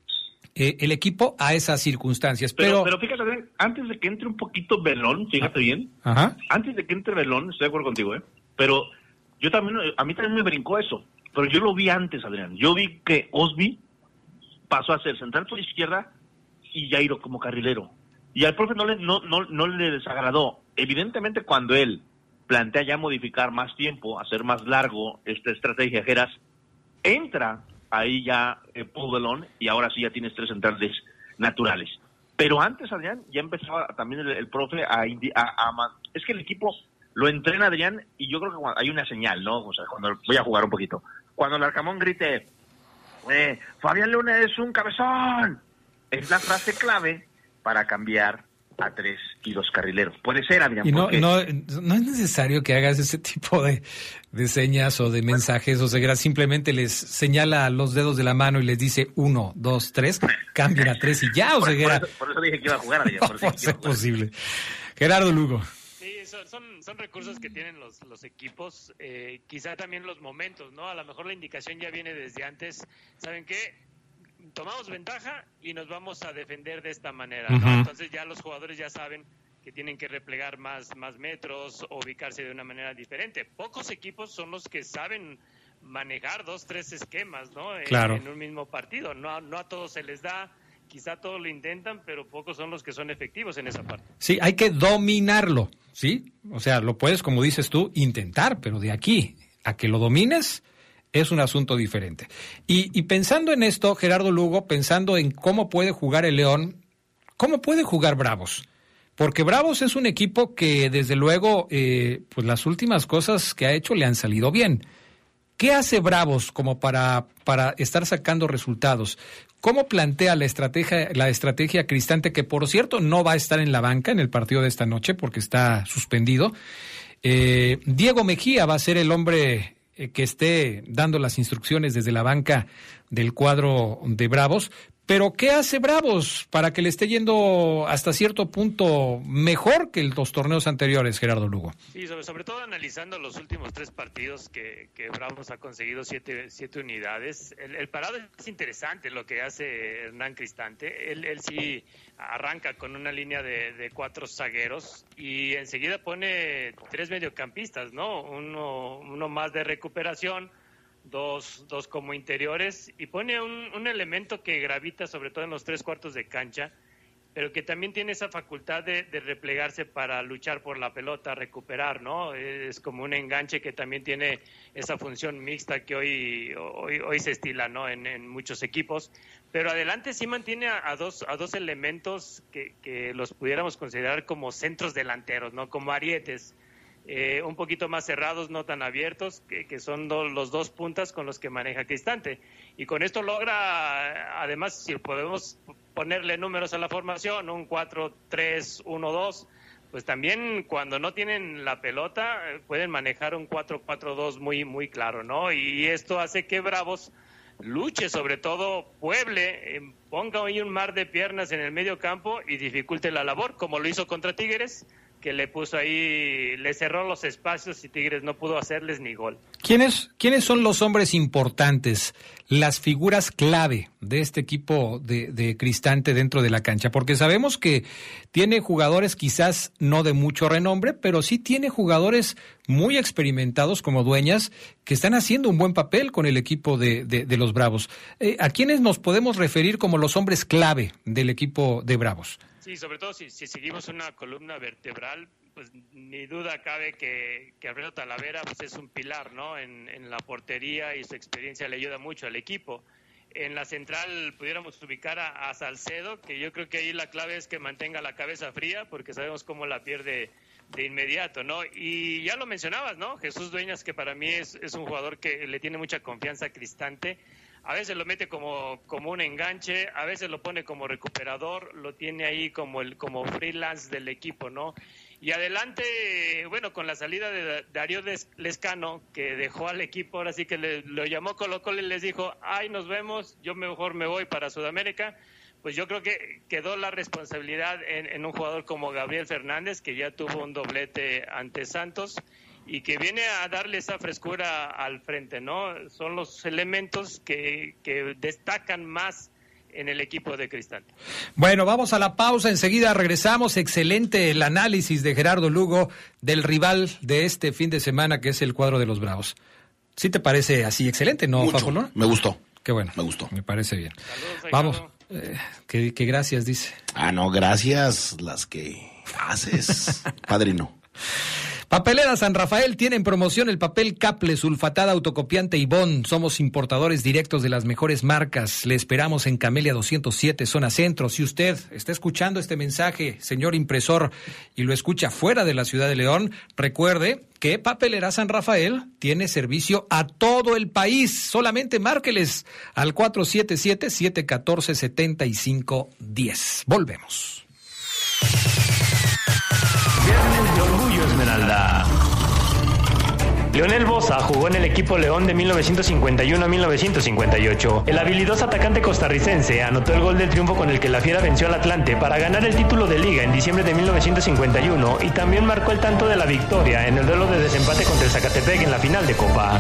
eh, el equipo a esas circunstancias. Pero, pero, pero fíjate, antes de que entre un poquito Belón, fíjate ah, bien, ajá. antes de que entre Belón, estoy de acuerdo contigo, ¿eh? Pero yo también, a mí también me brincó eso, pero yo lo vi antes, Adrián. Yo vi que Osby pasó a ser central por izquierda y Jairo como carrilero. Y al profe no le, no, no, no le desagradó. Evidentemente cuando él plantea ya modificar más tiempo, hacer más largo esta estrategia, Geras, entra ahí ya eh, Paul Belón y ahora sí ya tienes tres centrales naturales. Pero antes, Adrián, ya empezaba también el, el profe a, a, a... Es que el equipo lo entrena, Adrián, y yo creo que hay una señal, ¿no? O sea, cuando voy a jugar un poquito. Cuando el Larcamón grite, eh, Fabián Luna es un cabezón, es la frase clave para cambiar a tres y dos carrileros. Puede ser, Adrián. Y no, no, no es necesario que hagas ese tipo de, de señas o de mensajes, bueno. O sea, simplemente les señala los dedos de la mano y les dice uno, dos, tres, cambien a tres y ya, o por, sea, por, eso, por eso dije que iba a jugar, Adrián. Por no, eso es posible. Gerardo Lugo. Sí, son, son, son recursos que tienen los, los equipos, eh, quizá también los momentos, ¿no? A lo mejor la indicación ya viene desde antes. ¿Saben qué? Tomamos ventaja y nos vamos a defender de esta manera, ¿no? Uh-huh. Entonces ya los jugadores ya saben que tienen que replegar más, más metros o ubicarse de una manera diferente. Pocos equipos son los que saben manejar dos, tres esquemas, ¿no? Claro. En, en un mismo partido. No, no a todos se les da, quizá todos lo intentan, pero pocos son los que son efectivos en esa parte. Sí, hay que dominarlo, ¿sí? O sea, lo puedes, como dices tú, intentar, pero de aquí a que lo domines es un asunto diferente. Y, y pensando en esto, Gerardo Lugo, pensando en cómo puede jugar el León, ¿cómo puede jugar Bravos? Porque Bravos es un equipo que, desde luego, eh, pues las últimas cosas que ha hecho le han salido bien. ¿Qué hace Bravos como para, para estar sacando resultados? ¿Cómo plantea la estrategia, la estrategia Cristante, que por cierto no va a estar en la banca en el partido de esta noche porque está suspendido? Eh, Diego Mejía va a ser el hombre que esté dando las instrucciones desde la banca del cuadro de Bravos, Pero ¿qué hace Bravos para que le esté yendo hasta cierto punto mejor que los torneos anteriores, Gerardo Lugo? Sí, sobre, sobre todo analizando los últimos tres partidos que, que Bravos ha conseguido siete, siete unidades. El, el parado es interesante lo que hace Hernán Cristante. Él, él sí arranca con una línea de, de cuatro zagueros y enseguida pone tres mediocampistas, ¿no? Uno, uno más de recuperación, Dos, dos como interiores, y pone un, un elemento que gravita sobre todo en los tres cuartos de cancha, pero que también tiene esa facultad de, de replegarse para luchar por la pelota, recuperar, ¿no? Es como un enganche que también tiene esa función mixta que hoy hoy, hoy se estila, ¿no? En, en muchos equipos, pero adelante sí mantiene a, a dos a dos elementos que, que los pudiéramos considerar como centros delanteros, ¿no? Como arietes. Eh, un poquito más cerrados, no tan abiertos, que, que son do, los dos puntas con los que maneja Cristante. Y con esto logra, además, si podemos ponerle números a la formación, un cuatro tres uno dos, pues también cuando no tienen la pelota pueden manejar un cuatro cuatro dos muy, muy claro, ¿no? Y esto hace que Bravos luche, sobre todo pueble, eh, ponga hoy un mar de piernas en el medio campo y dificulte la labor, como lo hizo contra Tigres, que le puso ahí, le cerró los espacios y Tigres no pudo hacerles ni gol. ¿Quiénes, quiénes son los hombres importantes, las figuras clave de este equipo de, de Cristante dentro de la cancha? Porque sabemos que tiene jugadores quizás no de mucho renombre, pero sí tiene jugadores muy experimentados como Dueñas, que están haciendo un buen papel con el equipo de, de, de los Bravos. Eh, ¿A quiénes nos podemos referir como los hombres clave del equipo de Bravos? Sí, sobre todo si, si seguimos una columna vertebral, pues ni duda cabe que, que Alfredo Talavera pues es un pilar, ¿no? En, en la portería, y su experiencia le ayuda mucho al equipo. En la central pudiéramos ubicar a, a Salcedo, que yo creo que ahí la clave es que mantenga la cabeza fría, porque sabemos cómo la pierde de inmediato, ¿no? Y ya lo mencionabas, ¿no? Jesús Dueñas, que para mí es, es un jugador que le tiene mucha confianza a Cristante. A veces lo mete como, como un enganche, a veces lo pone como recuperador, lo tiene ahí como el como freelance del equipo, ¿no? Y adelante, bueno, con la salida de Darío Lescano, que dejó al equipo, ahora sí que le, lo llamó Colo Colo y les dijo, ay, nos vemos, yo mejor me voy para Sudamérica. Pues yo creo que quedó la responsabilidad en, en un jugador como Gabriel Fernández, que ya tuvo un doblete ante Santos, y que viene a darle esa frescura al frente, ¿no? Son los elementos que, que destacan más en el equipo de Cristante. Bueno, vamos a la pausa, enseguida regresamos. Excelente el análisis de Gerardo Lugo del rival de este fin de semana, que es el cuadro de los Bravos. ¿Sí te parece así excelente, no, Mucho. Fafo, no? Me gustó. Qué bueno. Me gustó. Me parece bien. Saludos, vamos. Eh, que, que gracias, dice. Ah, no, gracias las que haces, padrino. Papelera San Rafael tiene en promoción el papel Caple, sulfatada, autocopiante y Bond. Somos importadores directos de las mejores marcas. Le esperamos en Camelia doscientos siete, zona centro. Si usted está escuchando este mensaje, señor impresor, y lo escucha fuera de la ciudad de León, recuerde que Papelera San Rafael tiene servicio a todo el país. Solamente márqueles al cuatro siete siete, siete uno cuatro, siete cinco uno cero. Volvemos. Viernes de Orgullo Esmeralda. Leonel Boza jugó en el equipo León de mil novecientos cincuenta y uno a mil novecientos cincuenta y ocho. El habilidoso atacante costarricense anotó el gol del triunfo con el que la Fiera venció al Atlante para ganar el título de Liga en diciembre de mil novecientos cincuenta y uno, y también marcó el tanto de la victoria en el duelo de desempate contra el Zacatepec en la final de Copa.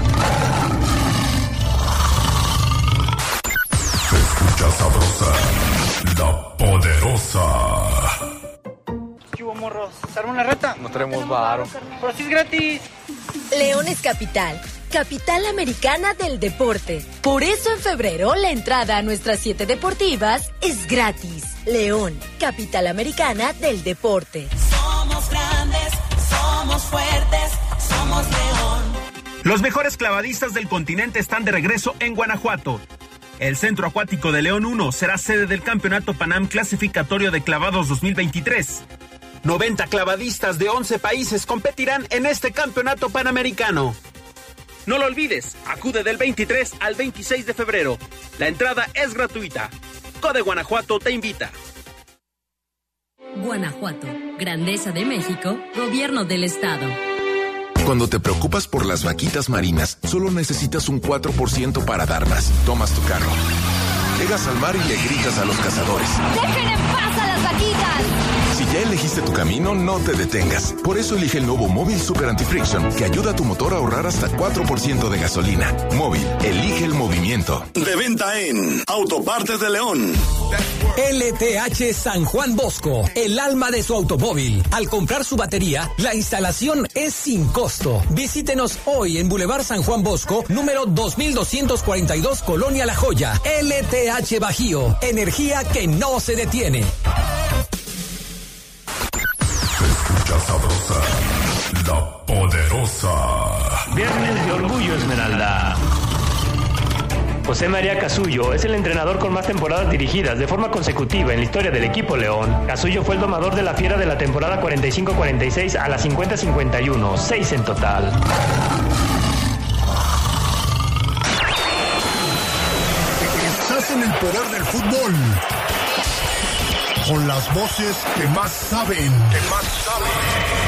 Se escucha sabrosa, la poderosa. ¿Qué hubo, morros? ¿Se arma una reta? No tenemos varo. Pero si es gratis. León es capital, capital americana del deporte. Por eso en febrero la entrada a nuestras siete deportivas es gratis. León, capital americana del deporte. Somos grandes, somos fuertes, somos León. Los mejores clavadistas del continente están de regreso en Guanajuato. El Centro Acuático de León uno será sede del Campeonato Panam Clasificatorio de Clavados dos mil veintitrés. noventa clavadistas de once países competirán en este campeonato panamericano. No lo olvides, acude del veintitrés al veintiséis de febrero. La entrada es gratuita. Code Guanajuato te invita. Guanajuato, Grandeza de México, Gobierno del Estado. Cuando te preocupas por las vaquitas marinas, solo necesitas un cuatro por ciento para darlas. Tomas tu carro. Llegas al mar y le gritas a los cazadores. ¡Dejen en paz a las vaquitas! Si ya elegiste tu camino, no te detengas. Por eso elige el nuevo Móvil Super Anti-Friction, que ayuda a tu motor a ahorrar hasta cuatro por ciento de gasolina. Móvil, elige el movimiento. De venta en Autopartes de León. L T H San Juan Bosco, el alma de su automóvil. Al comprar su batería, la instalación es sin costo. Visítenos hoy en Boulevard San Juan Bosco, número dos mil doscientos cuarenta y dos, Colonia La Joya. L T H Bajío, energía que no se detiene. Escucha sabrosa, la poderosa. Viernes de Orgullo Esmeralda. José María Casullo es el entrenador con más temporadas dirigidas de forma consecutiva en la historia del equipo León. Casullo fue el domador de la Fiera de la temporada cuarenta y cinco cuarenta y seis a la cincuenta cincuenta y uno, seis en total. Estás en el poder del fútbol. Con las voces que más saben. Que más saben.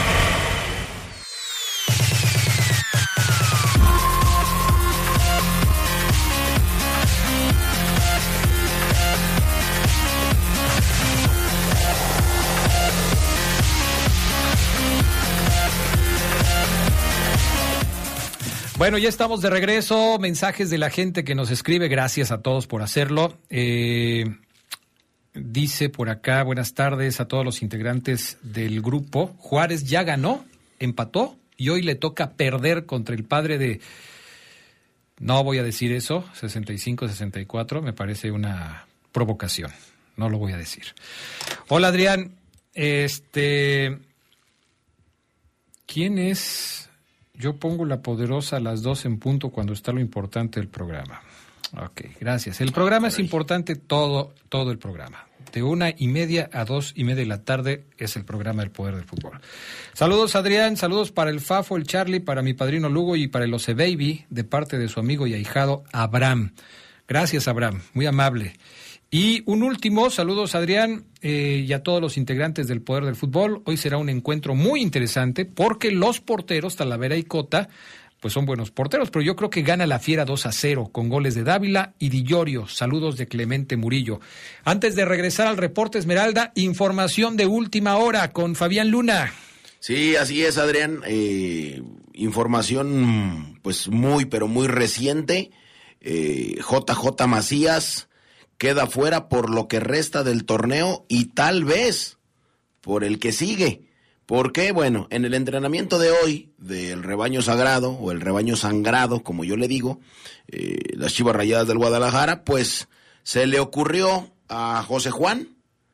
Bueno, ya estamos de regreso. Mensajes de la gente que nos escribe. Gracias a todos por hacerlo. Eh, dice por acá, buenas tardes a todos los integrantes del grupo. Juárez ya ganó, empató y hoy le toca perder contra el padre de... No voy a decir eso, sesenta y cinco sesenta y cuatro, me parece una provocación. No lo voy a decir. Hola, Adrián. Este... ¿Quién es...? Yo pongo la poderosa a las dos en punto cuando está lo importante del programa. Ok, gracias. El programa es importante todo, todo el programa. De una y media a dos y media de la tarde es el programa del Poder del Fútbol. Saludos, Adrián. Saludos para el Fafo, el Charlie, para mi padrino Lugo y para el Ose Baby, de parte de su amigo y ahijado Abraham. Gracias, Abraham. Muy amable. Y un último, saludos Adrián eh, y a todos los integrantes del Poder del Fútbol. Hoy será un encuentro muy interesante porque los porteros, Talavera y Cota, pues son buenos porteros, pero yo creo que gana la Fiera dos a cero con goles de Dávila y Di Llorio. Saludos de Clemente Murillo. Antes de regresar al reporte Esmeralda, información de última hora con Fabián Luna. Sí, así es, Adrián. Eh, información pues muy, pero muy reciente. Eh, J J Macías queda fuera por lo que resta del torneo y tal vez por el que sigue. ¿Por qué? Bueno, en el entrenamiento de hoy del rebaño sagrado o el rebaño sangrado, como yo le digo, eh, las Chivas Rayadas del Guadalajara, pues se le ocurrió a José Juan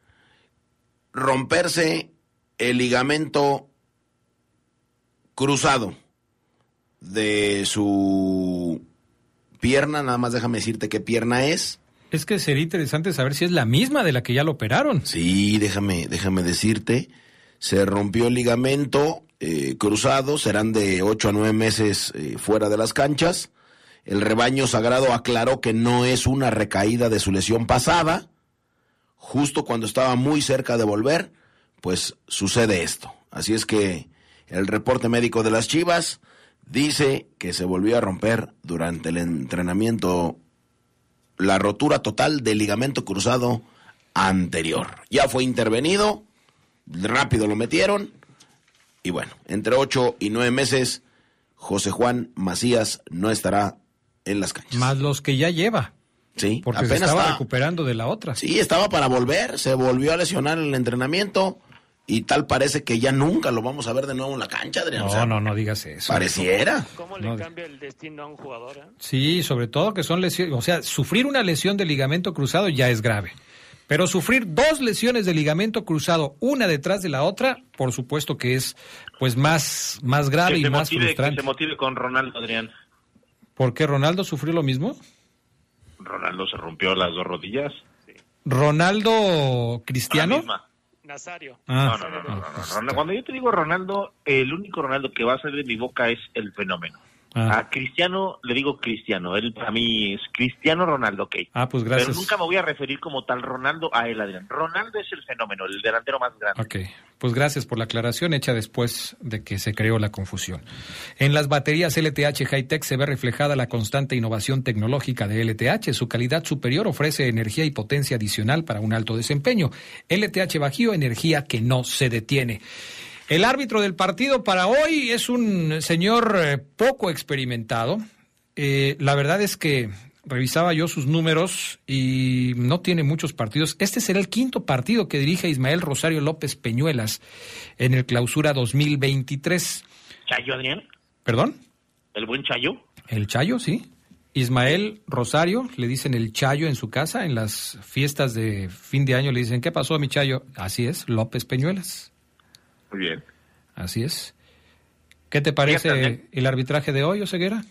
romperse el ligamento cruzado de su pierna. Nada más déjame decirte qué pierna es. Es que sería interesante saber si es la misma de la que ya lo operaron. Sí, déjame, déjame decirte. Se rompió el ligamento eh, cruzado, serán de ocho a nueve meses eh, fuera de las canchas. El rebaño sagrado aclaró que no es una recaída de su lesión pasada. Justo cuando estaba muy cerca de volver, pues sucede esto. Así es que el reporte médico de las Chivas dice que se volvió a romper durante el entrenamiento la rotura total del ligamento cruzado anterior. Ya fue intervenido, rápido lo metieron, y bueno, entre ocho y nueve meses, José Juan Macías no estará en las canchas. Más los que ya lleva. Sí, porque apenas se estaba está recuperando de la otra. Sí, estaba para volver, se volvió a lesionar en el entrenamiento, y tal parece que ya nunca lo vamos a ver de nuevo en la cancha, Adrián. No, o sea, no, no digas eso. Pareciera. ¿Cómo le no. cambia el destino a un jugador? ¿eh? Sí, sobre todo que son lesiones, o sea, sufrir una lesión de ligamento cruzado ya es grave. Pero sufrir dos lesiones de ligamento cruzado, una detrás de la otra, por supuesto que es pues más, más grave y más motive, frustrante. Que se motive con Ronaldo, Adrián. ¿Por qué Ronaldo sufrió lo mismo? Ronaldo se rompió las dos rodillas. Sí. ¿Ronaldo Cristiano? Nazario. Ah. No, no, no, no, no, no. Cuando yo te digo Ronaldo, el único Ronaldo que va a salir de mi boca es el fenómeno. Ah. A Cristiano le digo Cristiano, él para mí es Cristiano Ronaldo, ok. Ah, pues gracias. Pero nunca me voy a referir como tal Ronaldo a él, Adrián. Ronaldo es el fenómeno, el delantero más grande. Ok, pues gracias por la aclaración hecha después de que se creó la confusión. En las baterías L T H Hightech se ve reflejada la constante innovación tecnológica de L T H. Su calidad superior ofrece energía y potencia adicional para un alto desempeño. L T H Bajío, energía que no se detiene. El árbitro del partido para hoy es un señor eh, poco experimentado. Eh, la verdad es que revisaba yo sus números y no tiene muchos partidos. Este será el quinto partido que dirige Ismael Rosario López Peñuelas en el Clausura dos mil veintitrés. ¿Chayo, Adrián? ¿Perdón? ¿El buen Chayo? El Chayo, sí. Ismael Rosario, le dicen el Chayo en su casa. En las fiestas de fin de año le dicen, ¿qué pasó, mi Chayo? Así es, López Peñuelas. Muy bien. Así es. ¿Qué te parece el arbitraje de hoy, Oseguera?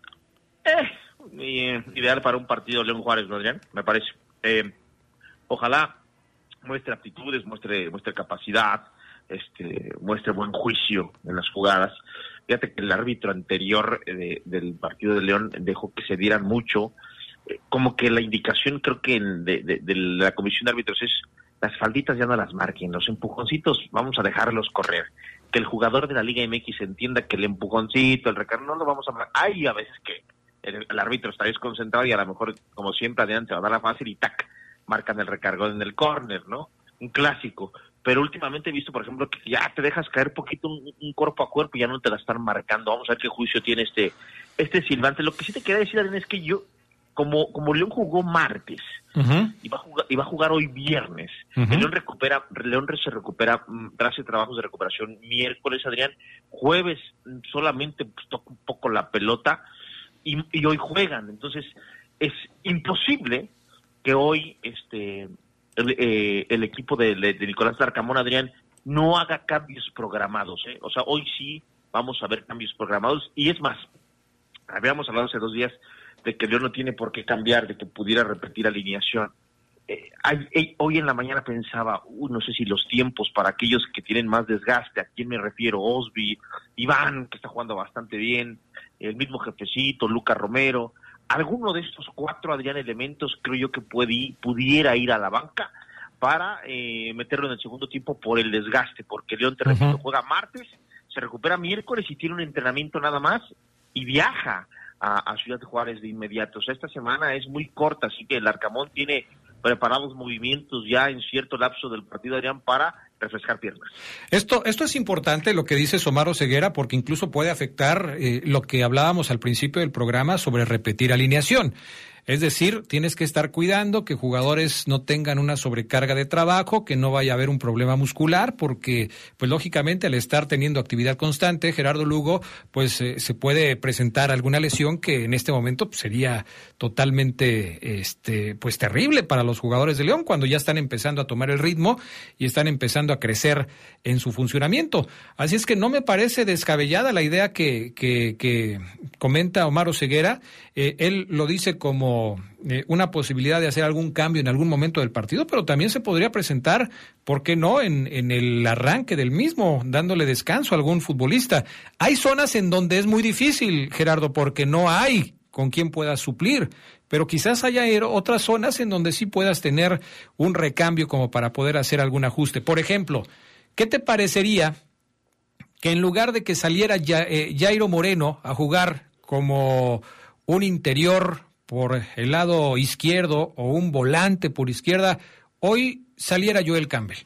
Eh, ideal para un partido León Juárez, ¿no, Adrián? Me parece. Eh, ojalá muestre aptitudes, muestre, muestre capacidad, este, muestre buen juicio en las jugadas. Fíjate que el árbitro anterior de, del partido de León dejó que se dieran mucho. Eh, como que la indicación, creo que en, de, de, de la comisión de árbitros es: las falditas ya no las marquen, los empujoncitos vamos a dejarlos correr. Que el jugador de la Liga M X entienda que el empujoncito, el recargo, no lo vamos a marcar. Hay a veces que el, el árbitro está desconcentrado y a lo mejor, como siempre, adelante va a dar la fácil y tac, marcan el recargo en el córner, ¿no? Un clásico. Pero últimamente he visto, por ejemplo, que ya te dejas caer poquito un, un cuerpo a cuerpo y ya no te la están marcando. Vamos a ver qué juicio tiene este este silbante. Lo que sí te quería decir, Adrián, es que yo, como, como León jugó martes, uh-huh. y, va a jugar, y va a jugar hoy viernes, uh-huh. León recupera, León se recupera, hace trabajos de recuperación miércoles, Adrián, jueves solamente pues, toca un poco la pelota y, y hoy juegan. Entonces es imposible que hoy este el, eh, el equipo de, de Nicolás Larcamón, Adrián, no haga cambios programados, ¿eh? O sea, hoy sí vamos a ver cambios programados. Y es más, habíamos hablado hace dos días de que León no tiene por qué cambiar, de que pudiera repetir alineación. Eh, hay, eh, hoy en la mañana pensaba, uh, no sé si los tiempos para aquellos que tienen más desgaste, ¿a quién me refiero? Osby, Iván, que está jugando bastante bien, el mismo Jefecito, Lucas Romero. Alguno de estos cuatro, Adrián, elementos creo yo que puede, pudiera ir a la banca para eh, meterlo en el segundo tiempo por el desgaste, porque León, te repito, uh-huh. juega martes, se recupera miércoles y tiene un entrenamiento nada más y viaja a, a Ciudad Juárez de inmediato. O sea, esta semana es muy corta, así que el Arcamón tiene preparados movimientos ya en cierto lapso del partido, Adrián, para refrescar piernas. Esto, esto es importante lo que dice Omar Ceguera, porque incluso puede afectar eh, lo que hablábamos al principio del programa sobre repetir alineación. Es decir, tienes que estar cuidando que jugadores no tengan una sobrecarga de trabajo, que no vaya a haber un problema muscular, porque, pues lógicamente, al estar teniendo actividad constante, Gerardo Lugo, pues eh, se puede presentar alguna lesión que en este momento pues, sería totalmente, este, pues terrible para los jugadores de León, cuando ya están empezando a tomar el ritmo y están empezando a crecer en su funcionamiento. Así es que no me parece descabellada la idea que, que, que comenta Omar Ceguera. Eh, él lo dice como Eh, una posibilidad de hacer algún cambio en algún momento del partido, pero también se podría presentar, ¿por qué no?, en, en el arranque del mismo, dándole descanso a algún futbolista. Hay zonas en donde es muy difícil, Gerardo, porque no hay con quien puedas suplir, pero quizás haya otras zonas en donde sí puedas tener un recambio como para poder hacer algún ajuste. Por ejemplo, ¿qué te parecería que en lugar de que saliera ya, eh, Jairo Moreno a jugar como un interior por el lado izquierdo o un volante por izquierda, hoy saliera Joel Campbell?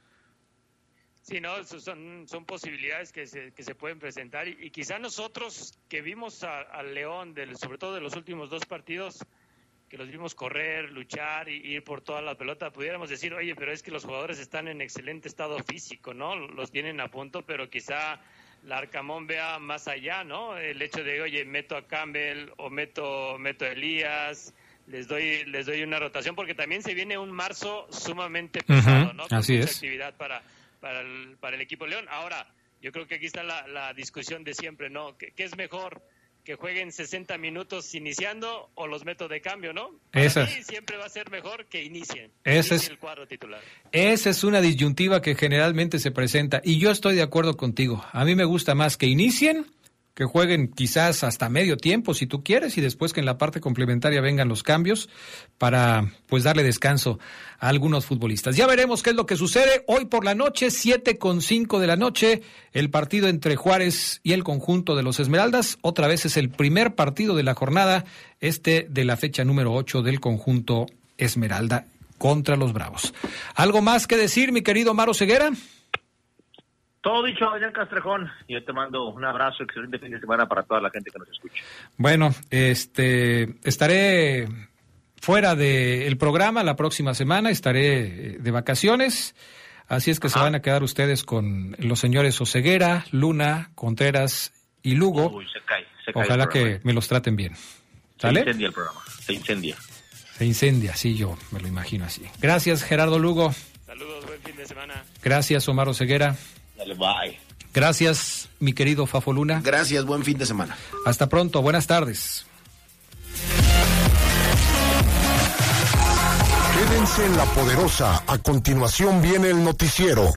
Sí, no, son, son posibilidades que se, que se pueden presentar y, y quizá nosotros que vimos al León, de, sobre todo de los últimos dos partidos, que los vimos correr, luchar y ir por toda la pelota, pudiéramos decir, oye, pero es que los jugadores están en excelente estado físico, ¿no? Los tienen a punto, pero quizá Larcamón vea más allá, ¿no? El hecho de, oye, meto a Campbell o meto meto a Elías, les doy les doy una rotación, porque también se viene un marzo sumamente pesado, uh-huh. ¿no? Con Así mucha es. actividad para para el, para el equipo León. Ahora, yo creo que aquí está la, la discusión de siempre, ¿no? ¿Qué, qué es mejor? ¿Que jueguen sesenta minutos iniciando o los meto de cambio, no? Para Esa mí siempre va a ser mejor que inicien. Ese Inicie es, el cuadro titular. Esa es una disyuntiva que generalmente se presenta y yo estoy de acuerdo contigo. A mí me gusta más que inicien que jueguen quizás hasta medio tiempo si tú quieres y después que en la parte complementaria vengan los cambios para pues darle descanso a algunos futbolistas. Ya veremos qué es lo que sucede hoy por la noche, siete con cinco de la noche, el partido entre Juárez y el conjunto de los Esmeraldas. Otra vez es el primer partido de la jornada, este de la fecha número ocho del conjunto Esmeralda contra los Bravos. ¿Algo más que decir, mi querido Maro Ceguera? Todo dicho, Adrián Castrejón. Yo te mando un abrazo, excelente fin de semana para toda la gente que nos escucha. Bueno, este, estaré fuera del programa la próxima semana, estaré de vacaciones, así es que Ajá. se van a quedar ustedes con los señores Oseguera, Luna, Contreras y Lugo. Uy, se cae, se cae Ojalá que me los traten bien. ¿Sale? Se incendia el programa, se incendia. Se incendia, sí, yo me lo imagino así. Gracias, Gerardo Lugo. Saludos, buen fin de semana. Gracias, Omar Oseguera. Dale, bye. Gracias, mi querido Fafo Luna. Gracias, buen fin de semana. Hasta pronto, buenas tardes. Quédense en La Poderosa. A continuación viene el noticiero.